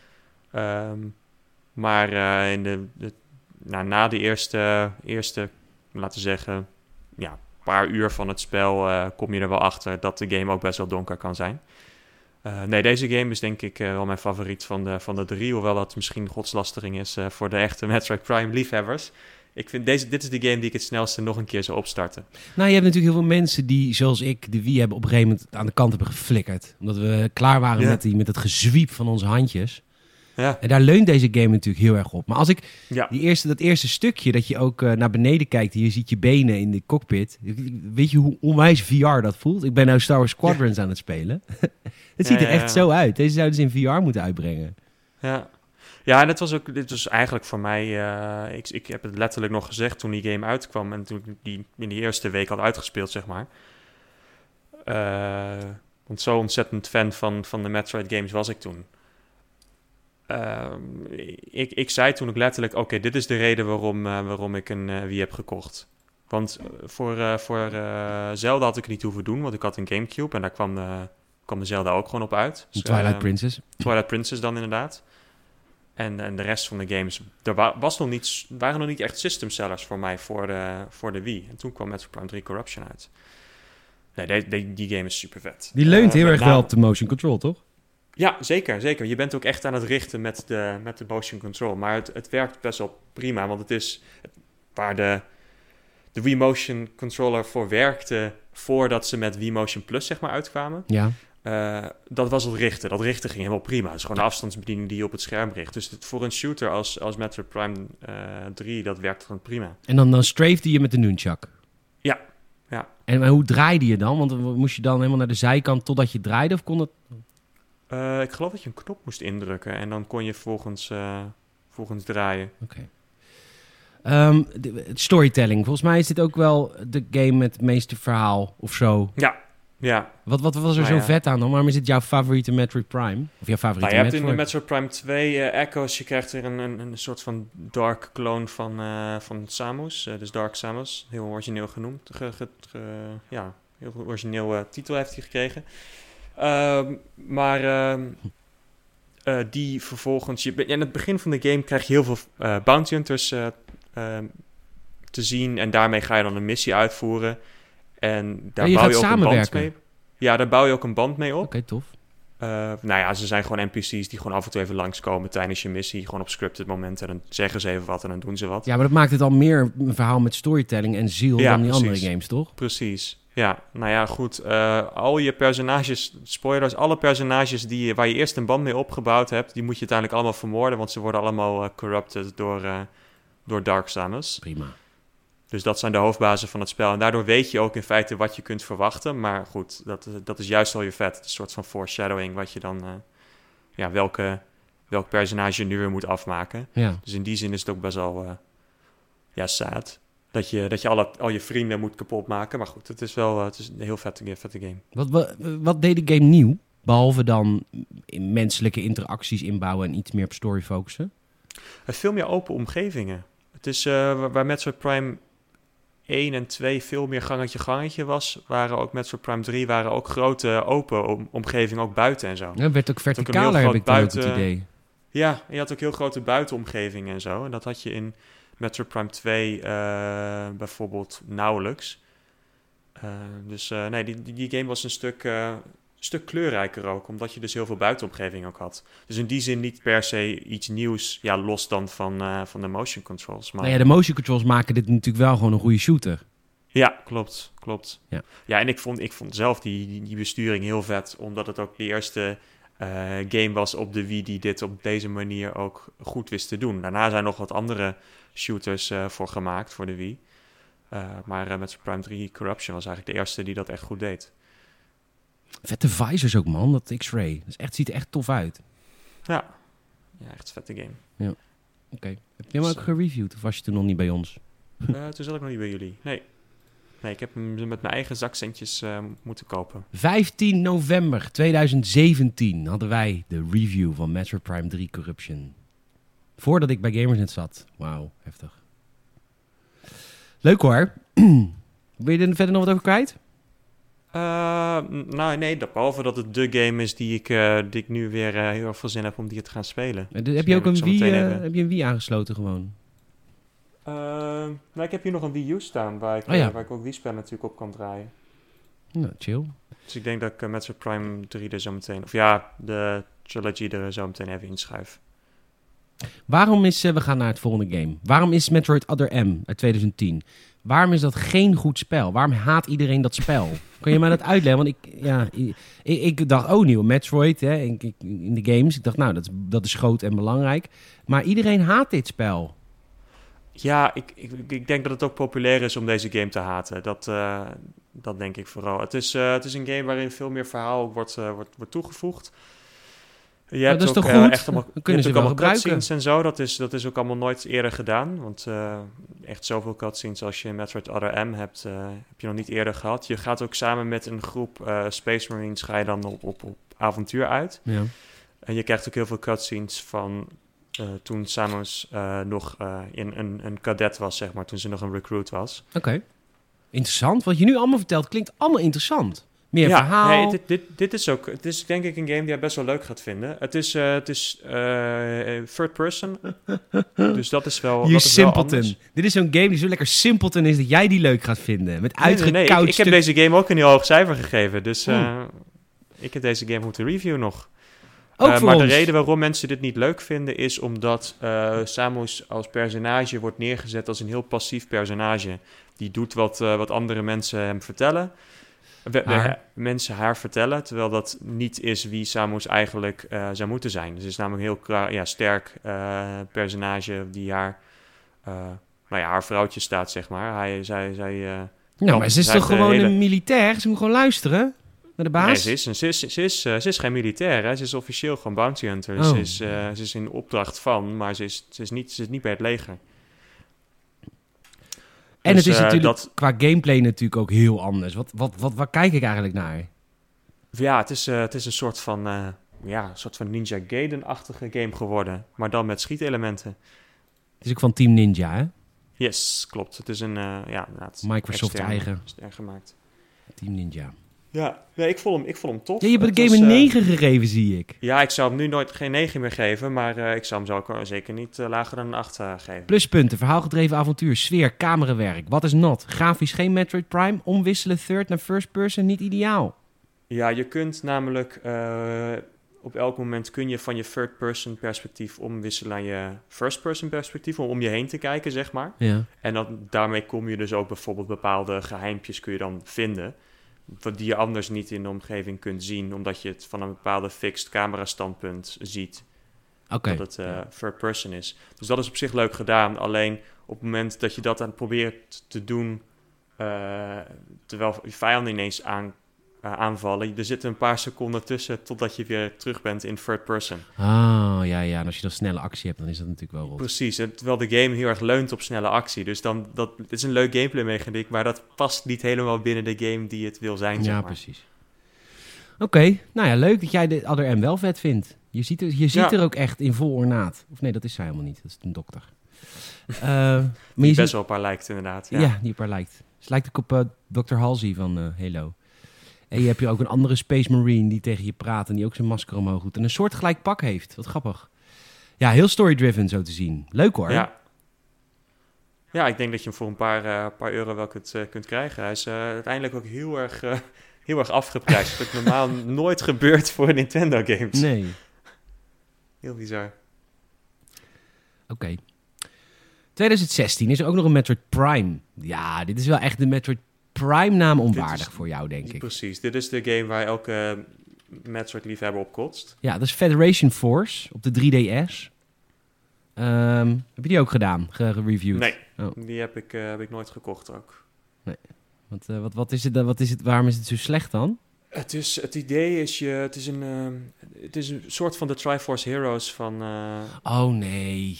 Maar na de eerste, laten we zeggen, paar uur van het spel kom je er wel achter dat de game ook best wel donker kan zijn. Deze game is denk ik wel mijn favoriet van de 3, hoewel dat misschien godslastering is voor de echte Metroid Prime liefhebbers. Ik vind dit is de game die ik het snelste nog een keer zou opstarten. Nou, je hebt natuurlijk heel veel mensen die, zoals ik, de Wii hebben op een gegeven moment aan de kant hebben geflikkerd. Omdat we klaar waren met het gezwiep van onze handjes. Ja. En daar leunt deze game natuurlijk heel erg op. Maar als ik dat eerste stukje, dat je ook naar beneden kijkt, hier ziet je benen in de cockpit. Weet je hoe onwijs VR dat voelt? Ik ben nou Star Wars Squadrons aan het spelen. Het ziet er echt zo uit. Deze zouden ze in VR moeten uitbrengen. Ja, en dit was eigenlijk voor mij... Ik heb het letterlijk nog gezegd toen die game uitkwam en toen ik die in die eerste week had uitgespeeld, zeg maar. Want zo ontzettend fan van de Metroid games was ik toen. Ik zei toen ook letterlijk, oké, dit is de reden waarom ik een Wii heb gekocht. Want voor Zelda had ik het niet hoeven doen, want ik had een Gamecube en daar kwam de Zelda ook gewoon op uit. Dus, Twilight Princess. Twilight Princess dan inderdaad. En de rest van de games, waren nog niet echt system sellers voor mij voor de Wii. En toen kwam Metroid Prime 3 Corruption uit. Nee, die game is super vet. Die leunt heel erg wel op de motion control, toch? Ja, zeker. Je bent ook echt aan het richten met de motion control. Maar het werkt best wel prima, want het is waar de Wii Motion Controller voor werkte voordat ze met Wii Motion Plus, zeg maar, uitkwamen. Ja. Dat was het richten. Dat richten ging helemaal prima. Het is gewoon de afstandsbediening die je op het scherm richt. Dus voor een shooter als Metroid Prime 3, dat werkt gewoon prima. En dan strafte je met de nunchak? Ja. En hoe draaide je dan? Want moest je dan helemaal naar de zijkant totdat je draaide? Of kon het... Ik geloof dat je een knop moest indrukken en dan kon je volgens draaien. Oké. Storytelling. Volgens mij is dit ook wel de game met het meeste verhaal of zo. Ja. Wat was er zo vet aan dan? Waarom is dit jouw favoriete Metroid Prime? Of jouw favoriete je Metroid? hebt in de Metroid Prime 2 Echoes, je krijgt er een soort van dark clone van Samus. Dus Dark Samus. Heel origineel genoemd. Heel origineel titel heeft hij gekregen. Die vervolgens... in het begin van de game krijg je heel veel bounty hunters te zien. En daarmee ga je dan een missie uitvoeren. En daar bouw je ook een band mee. Ja, daar bouw je ook een band mee op. Oké, tof. Ze zijn gewoon NPC's die gewoon af en toe even langskomen tijdens je missie. Gewoon op scripted momenten. En dan zeggen ze even wat en dan doen ze wat. Ja, maar dat maakt het al meer een verhaal met storytelling en ziel dan die andere games, toch? Precies. Ja, goed. Al je personages, spoilers, alle personages waar je eerst een band mee opgebouwd hebt, die moet je uiteindelijk allemaal vermoorden, want ze worden allemaal corrupted door Dark Samus. Prima. Dus dat zijn de hoofdbazen van het spel. En daardoor weet je ook in feite wat je kunt verwachten. Maar goed, dat is juist wel weer vet. Een soort van foreshadowing wat je dan... welk personage je nu weer moet afmaken. Ja. Dus in die zin is het ook best wel sad. Dat je al je vrienden moet kapot maken. Maar goed, het is een heel vette game. Wat deed de game nieuw? Behalve dan menselijke interacties inbouwen en iets meer op story focussen? Veel meer open omgevingen. Het is waar Metroid Prime 1 en 2 veel meer gangetje was, waren ook Metroid Prime 3 waren ook grote open omgevingen, ook buiten en zo. Ja, het werd ook verticaler, heb ik het idee. Ja, je had ook heel grote buitenomgevingen en zo. En dat had je in Metroid Prime 2 bijvoorbeeld nauwelijks. Die game was een stuk kleurrijker ook, omdat je dus heel veel buitenomgeving ook had. Dus in die zin niet per se iets nieuws, los dan van de motion controls. Maar... de motion controls maken dit natuurlijk wel gewoon een goede shooter. Ja, klopt. Ja, en ik vond zelf die besturing heel vet, omdat het ook de eerste game was op de Wii die dit op deze manier ook goed wist te doen. Daarna zijn nog wat andere shooters voor gemaakt voor de Wii. Maar met Prime 3 Corruption was eigenlijk de eerste die dat echt goed deed. Vette visors ook, man. Dat X-Ray. Ziet er echt tof uit. Ja, echt een vette game. Ja. Oké. Heb je hem ook gereviewd of was je toen nog niet bij ons? Toen zat ik nog niet bij jullie. Nee, ik heb hem met mijn eigen zakcentjes moeten kopen. 15 november 2017 hadden wij de review van Metroid Prime 3 Corruption. Voordat ik bij Gamersnet zat. Wauw, heftig. Leuk hoor. Wil je er verder nog wat over kwijt? Nee, behalve dat het de game is die ik nu weer heel erg veel zin heb om die te gaan spelen. Heb je ook een Wii, heb je een Wii aangesloten gewoon? Ik heb hier nog een Wii U staan waar ik ook Wii-spel natuurlijk op kan draaien. Nou, chill. Dus ik denk dat ik Metroid Prime 3 er zo meteen... de trilogy er zo meteen even inschuif. Waarom is... we gaan naar het volgende game. Waarom is Metroid Other M uit 2010... Waarom is dat geen goed spel? Waarom haat iedereen dat spel? Kun je mij dat uitleggen? Want ik dacht, nieuwe Metroid in de games. Ik dacht, dat is groot en belangrijk. Maar iedereen haat dit spel. Ja, ik denk dat het ook populair is om deze game te haten. Dat denk ik vooral. Het is een game waarin veel meer verhaal wordt toegevoegd. Je hebt dat is ook, toch goed? Echt allemaal, dan kunnen ze wel gebruiken. Cutscenes en zo. Dat is ook allemaal nooit eerder gedaan. Want echt zoveel cutscenes als je in Metroid Other M hebt, heb je nog niet eerder gehad. Je gaat ook samen met een groep Space Marines ga je dan op avontuur uit. Ja. En je krijgt ook heel veel cutscenes van toen Samus nog een cadet was, zeg maar. Toen ze nog een recruit was. Oké. Interessant. Wat je nu allemaal vertelt klinkt allemaal interessant. Meer verhaal. Nee, dit is ook... Het is denk ik een game die jij best wel leuk gaat vinden. Het is third person. Dus dat is wel simpleton. Dit is zo'n game die zo lekker simpleton is dat jij die leuk gaat vinden. Met uitgekouwd ik heb deze game ook een heel hoog cijfer gegeven. Dus ik heb deze game moeten reviewen nog. Ook voor maar ons. De reden waarom mensen dit niet leuk vinden is omdat Samus als personage wordt neergezet als een heel passief personage. Die doet wat andere mensen hem vertellen. Mensen haar vertellen, terwijl dat niet is wie Samus eigenlijk zou moeten zijn. Dus het is namelijk een heel sterk personage die haar vrouwtje staat, zeg maar. Maar ze is toch gewoon een militair? Ze moet gewoon luisteren? naar de baas? Nee, ze is geen militair. Hè? Ze is officieel gewoon bounty hunter. Oh. Ze is in opdracht van, maar ze is niet bij het leger. En Dus, het is natuurlijk dat- qua gameplay natuurlijk ook heel anders. Waar kijk ik eigenlijk naar? Ja, het is een soort van Ninja Gaiden-achtige game geworden. Maar dan met schieten-elementen. Het is ook van Team Ninja, hè? Yes, klopt. Het is een Microsoft eigen extern gemaakt. Team Ninja. Ja, nee, ik vond hem tof. Ja, je hebt Het de game was, een 9 gegeven, zie ik. Ja, ik zou hem nu nooit geen 9 meer geven, maar ik zou hem zo ook zeker niet lager dan een 8 geven. Pluspunten, verhaalgedreven avontuur, sfeer, camerawerk. Wat is not? Grafisch geen Metroid Prime. Omwisselen third naar first person niet ideaal. Ja, je kunt namelijk op elk moment kun je van je third person perspectief omwisselen naar je first person perspectief, om je heen te kijken, zeg maar. Ja. En daarmee kom je dus ook bijvoorbeeld bepaalde geheimpjes kun je dan vinden, die je anders niet in de omgeving kunt zien, omdat je het van een bepaalde fixed camera standpunt ziet. Oké. Dat het third person is. Dus dat is op zich leuk gedaan. Alleen op het moment dat je dat aan probeert te doen, terwijl je vijanden ineens aanvallen, er zitten een paar seconden tussen totdat je weer terug bent in third person. Ah, ja. En als je dan snelle actie hebt, dan is dat natuurlijk wel rot. Precies, en terwijl de game heel erg leunt op snelle actie. Dus het is een leuk gameplay mechaniek, maar dat past niet helemaal binnen de game die het wil zijn, zeg Ja, maar. precies. Oké, nou ja, leuk dat jij de Other M wel vet vindt. Je ziet er ook echt in vol ornaat. Of nee, dat is zij helemaal niet. Dat is een dokter. Maar je Die ziet, best wel op haar lijkt, inderdaad. ja, die op haar lijkt. Ze lijkt ook op Dr. Halsey van Halo. En je hebt hier ook een andere Space Marine die tegen je praat en die ook zijn masker omhoog doet. En een soortgelijk pak heeft. Wat grappig. Ja, heel story-driven zo te zien. Leuk hoor. Ja, ik denk dat je hem voor een paar euro wel kunt krijgen. Hij is uiteindelijk ook heel erg afgeprijsd. Dat is normaal nooit gebeurd voor Nintendo games. Nee. Heel bizar. Oké. 2016 is er ook nog een Metroid Prime. Ja, dit is wel echt de Metroid Prime naam onwaardig voor jou, denk ik. Precies, dit is de game waar elke Metroid-liefhebber op kotst. Ja, dat is Federation Force op de 3DS. Heb je die ook gedaan, gereviewd? Nee, Oh. die heb ik nooit gekocht ook. Wat is het? Waarom is het zo slecht dan? Het idee is het is een soort van de Triforce Heroes van Oh nee.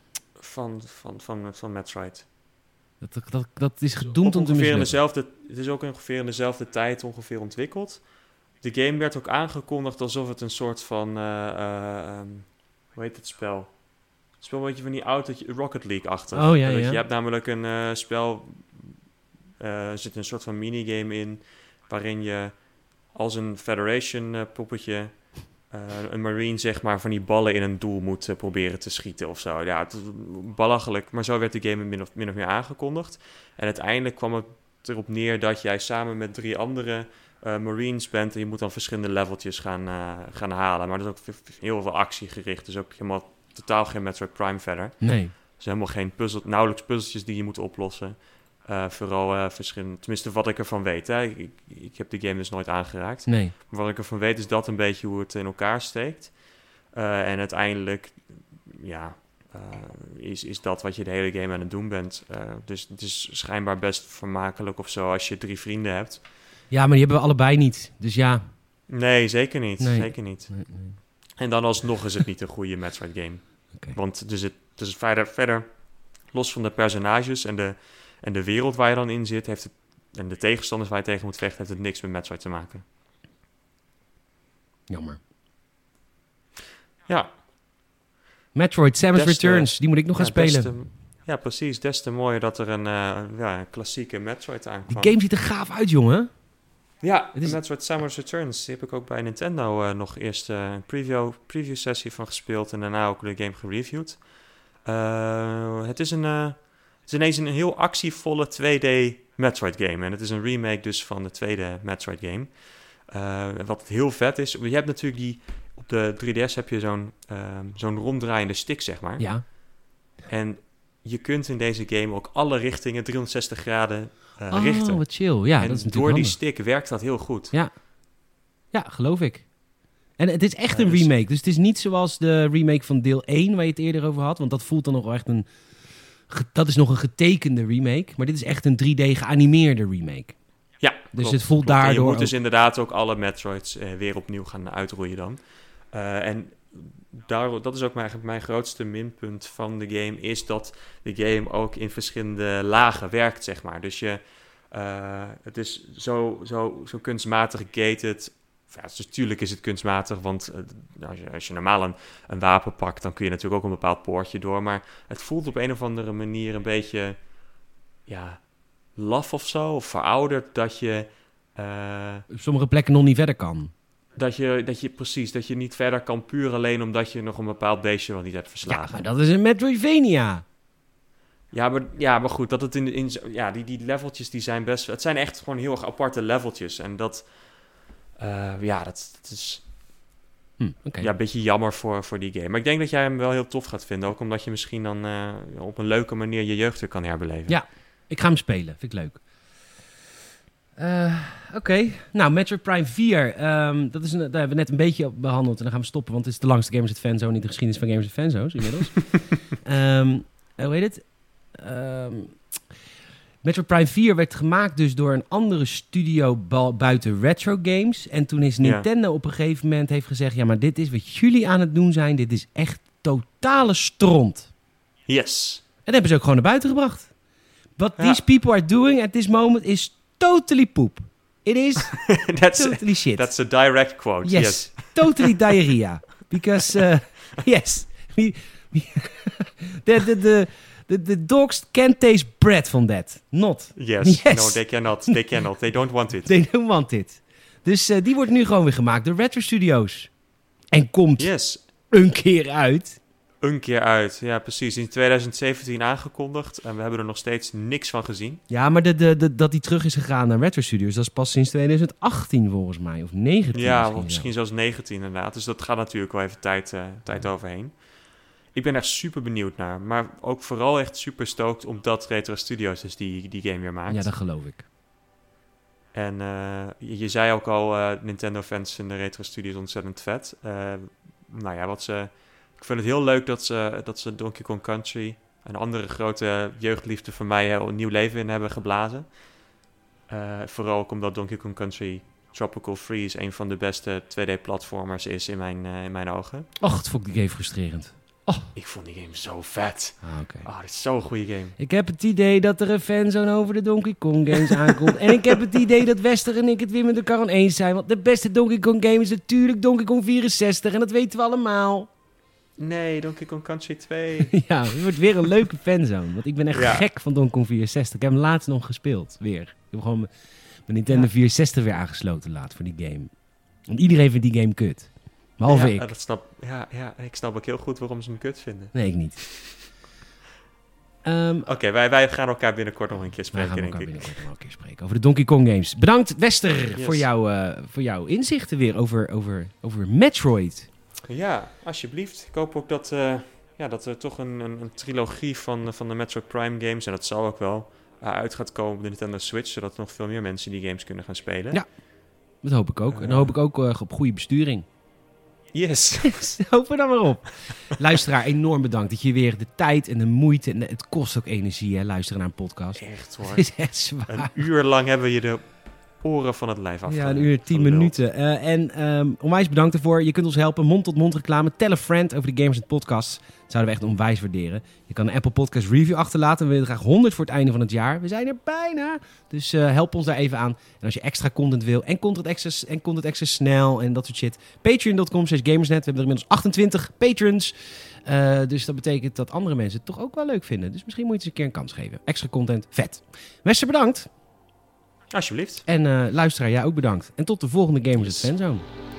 van Metroid. Dat is gedoemd om te mislukken. Het is ook ongeveer in dezelfde tijd ongeveer ontwikkeld. De game werd ook aangekondigd alsof het een soort van hoe heet het spel? Het spel weet je van die autootje Rocket League-achtig. Oh ja. Je hebt namelijk een spel, er zit een soort van minigame in, waarin je als een Federation poppetje een Marine zeg maar van die ballen in een doel moet proberen te schieten of zo. Ja, het is belachelijk, maar zo werd de game min of meer aangekondigd. En uiteindelijk kwam het erop neer dat jij samen met 3 andere Marines bent en je moet dan verschillende leveltjes gaan halen. Maar dat is ook heel veel actiegericht, dus ook helemaal totaal geen Metroid Prime verder. Nee. Er zijn helemaal geen nauwelijks puzzeltjes die je moet oplossen. Vooral verschillende, tenminste wat ik ervan weet. Hè. Ik heb de game dus nooit aangeraakt. Nee. Maar wat ik ervan weet is dat een beetje hoe het in elkaar steekt. En uiteindelijk, is dat wat je de hele game aan het doen bent. Dus het is schijnbaar best vermakelijk of zo als je 3 vrienden hebt. Ja, maar die hebben we allebei niet. Dus ja. Nee, zeker niet. Nee. Zeker niet. Nee. En dan alsnog is het niet een goede Metroid game. Okay. Want dus verder, los van de personages en de wereld waar je dan in zit, en de tegenstanders waar je tegen moet vechten, heeft het niks met Metroid te maken. Jammer. Ja. Metroid Samus Returns, die moet ik nog gaan spelen. Ja, precies. Des te mooier dat er een klassieke Metroid aankwam. Die game ziet er gaaf uit, jongen. Ja, de Metroid Samus Returns. Die heb ik ook bij Nintendo nog eerst een preview sessie van gespeeld en daarna ook de game gereviewd. Het is ineens een heel actievolle 2D Metroid game. En het is een remake dus van de tweede Metroid game. Wat heel vet is, je hebt natuurlijk op de 3DS heb je zo'n ronddraaiende stick, zeg maar. Ja. En je kunt in deze game ook alle richtingen 360 graden richten. Oh, wat chill. Ja, en dat is natuurlijk door handig. die stick werkt dat heel goed. Ja, geloof ik. En het is echt een remake. Dus het is niet zoals de remake van deel 1, waar je het eerder over had. Want dat voelt dan nog wel echt dat is nog een getekende remake. Maar dit is echt een 3D geanimeerde remake. Dus het voelt daardoor... En je moet dus inderdaad ook alle Metroids weer opnieuw gaan uitroeien dan. En dat is ook eigenlijk mijn grootste minpunt van de game, is dat de game ook in verschillende lagen werkt, zeg maar. Dus het is zo kunstmatig gated. Ja, dus natuurlijk is het kunstmatig, want als je normaal een wapen pakt, dan kun je natuurlijk ook een bepaald poortje door. Maar het voelt op een of andere manier een beetje laf of zo, of verouderd, dat je... op sommige plekken nog niet verder kan. Dat je niet verder kan puur alleen omdat je nog een bepaald beestje wel niet hebt verslagen. Ja, maar dat is een Metroidvania. Ja, maar goed, dat het die leveltjes die zijn best... Het zijn echt gewoon heel erg aparte leveltjes. En dat is een beetje jammer voor die game. Maar ik denk dat jij hem wel heel tof gaat vinden. Ook omdat je misschien dan op een leuke manier je jeugd weer kan herbeleven. Ja, ik ga hem spelen. Vind ik leuk. Oké. Nou, Metroid Prime 4. Daar hebben we net een beetje behandeld. En dan gaan we stoppen, want het is de langste Gamers Fanzone in de geschiedenis van Gamers Fanzones inmiddels. Hoe heet het? Metroid Prime 4 werd gemaakt dus door een andere studio buiten Retro Games. En toen is Nintendo op een gegeven moment heeft gezegd... ja, maar dit is wat jullie aan het doen zijn. Dit is echt totale stront. Yes. En dat hebben ze ook gewoon naar buiten gebracht. What these people are doing at this moment is totally poop. It is totally shit. That's a direct quote. Yes. Totally diarrhea. Because, yes. The dogs can't taste bread from that. Not. Yes. No, they cannot. They don't want it. They don't want it. Dus die wordt nu gewoon weer gemaakt door Retro Studios. En komt een keer uit. Een keer uit, ja precies. In 2017 aangekondigd en we hebben er nog steeds niks van gezien. Ja, maar dat die terug is gegaan naar Retro Studios, dat is pas sinds 2018 volgens mij, of 19. Ja, misschien zelfs 19 inderdaad. Dus dat gaat natuurlijk wel even tijd overheen. Ik ben echt super benieuwd naar, maar ook vooral echt super stoked omdat Retro Studios dus die game weer maakt. Ja, dat geloof ik. En je zei ook al, Nintendo-fans vinden Retro Studios ontzettend vet. Ik vind het heel leuk dat ze Donkey Kong Country, een andere grote jeugdliefde van mij, een nieuw leven in hebben geblazen. Vooral ook omdat Donkey Kong Country Tropical Freeze een van de beste 2D-platformers is in mijn ogen. Och, dat vond ik die game frustrerend. Oh. Ik vond die game zo vet. Okay. Dit is zo'n goede game. Ik heb het idee dat er een fanzone over de Donkey Kong games aankomt. En ik heb het idee dat Wester en ik het weer met elkaar oneens zijn. Want de beste Donkey Kong game is natuurlijk Donkey Kong 64. En dat weten we allemaal. Nee, Donkey Kong Country 2. Ja, het wordt weer een leuke fanzone. Want ik ben echt gek van Donkey Kong 64. Ik heb hem laatst nog gespeeld, weer. Ik heb gewoon mijn Nintendo 64 weer aangesloten laat voor die game. Want iedereen vindt die game kut. Behalve ik. Ik snap ook heel goed waarom ze hem kut vinden. Nee, ik niet. Oké, wij gaan elkaar binnenkort nog een keer spreken, denk ik. Binnenkort nog een keer spreken over de Donkey Kong games. Bedankt, Wester, voor jouw inzichten weer over Metroid. Ja, alsjeblieft. Ik hoop ook dat er toch een trilogie van de Metroid Prime games, en dat zal ook wel, uit gaat komen op de Nintendo Switch, zodat nog veel meer mensen die games kunnen gaan spelen. Ja, dat hoop ik ook. En dan hoop ik ook op goede besturing. Yes. Hopen we dan maar op. Luisteraar, enorm bedankt dat je weer de tijd en de moeite, en het kost ook energie, hè, luisteren naar een podcast. Echt hoor. Het is echt zwaar. Een uur lang hebben we je de oren van het lijf af. Ja, een uur, 10 minuten. Onwijs bedankt ervoor. Je kunt ons helpen. Mond-tot-mond reclame. Tell a friend over de Gamers en Podcasts. Dat zouden we echt onwijs waarderen. Je kan een Apple Podcast review achterlaten. We willen graag 100 voor het einde van het jaar. We zijn er bijna. Dus help ons daar even aan. En als je extra content wil en content extra snel en dat soort shit. Patreon.com/gamersnet. We hebben er inmiddels 28 patrons. Dus dat betekent dat andere mensen het toch ook wel leuk vinden. Dus misschien moet je eens een keer een kans geven. Extra content. Vet. Wester, bedankt. Alsjeblieft. En luisteraar, jij ook bedankt. En tot de volgende Gamers Fanzone.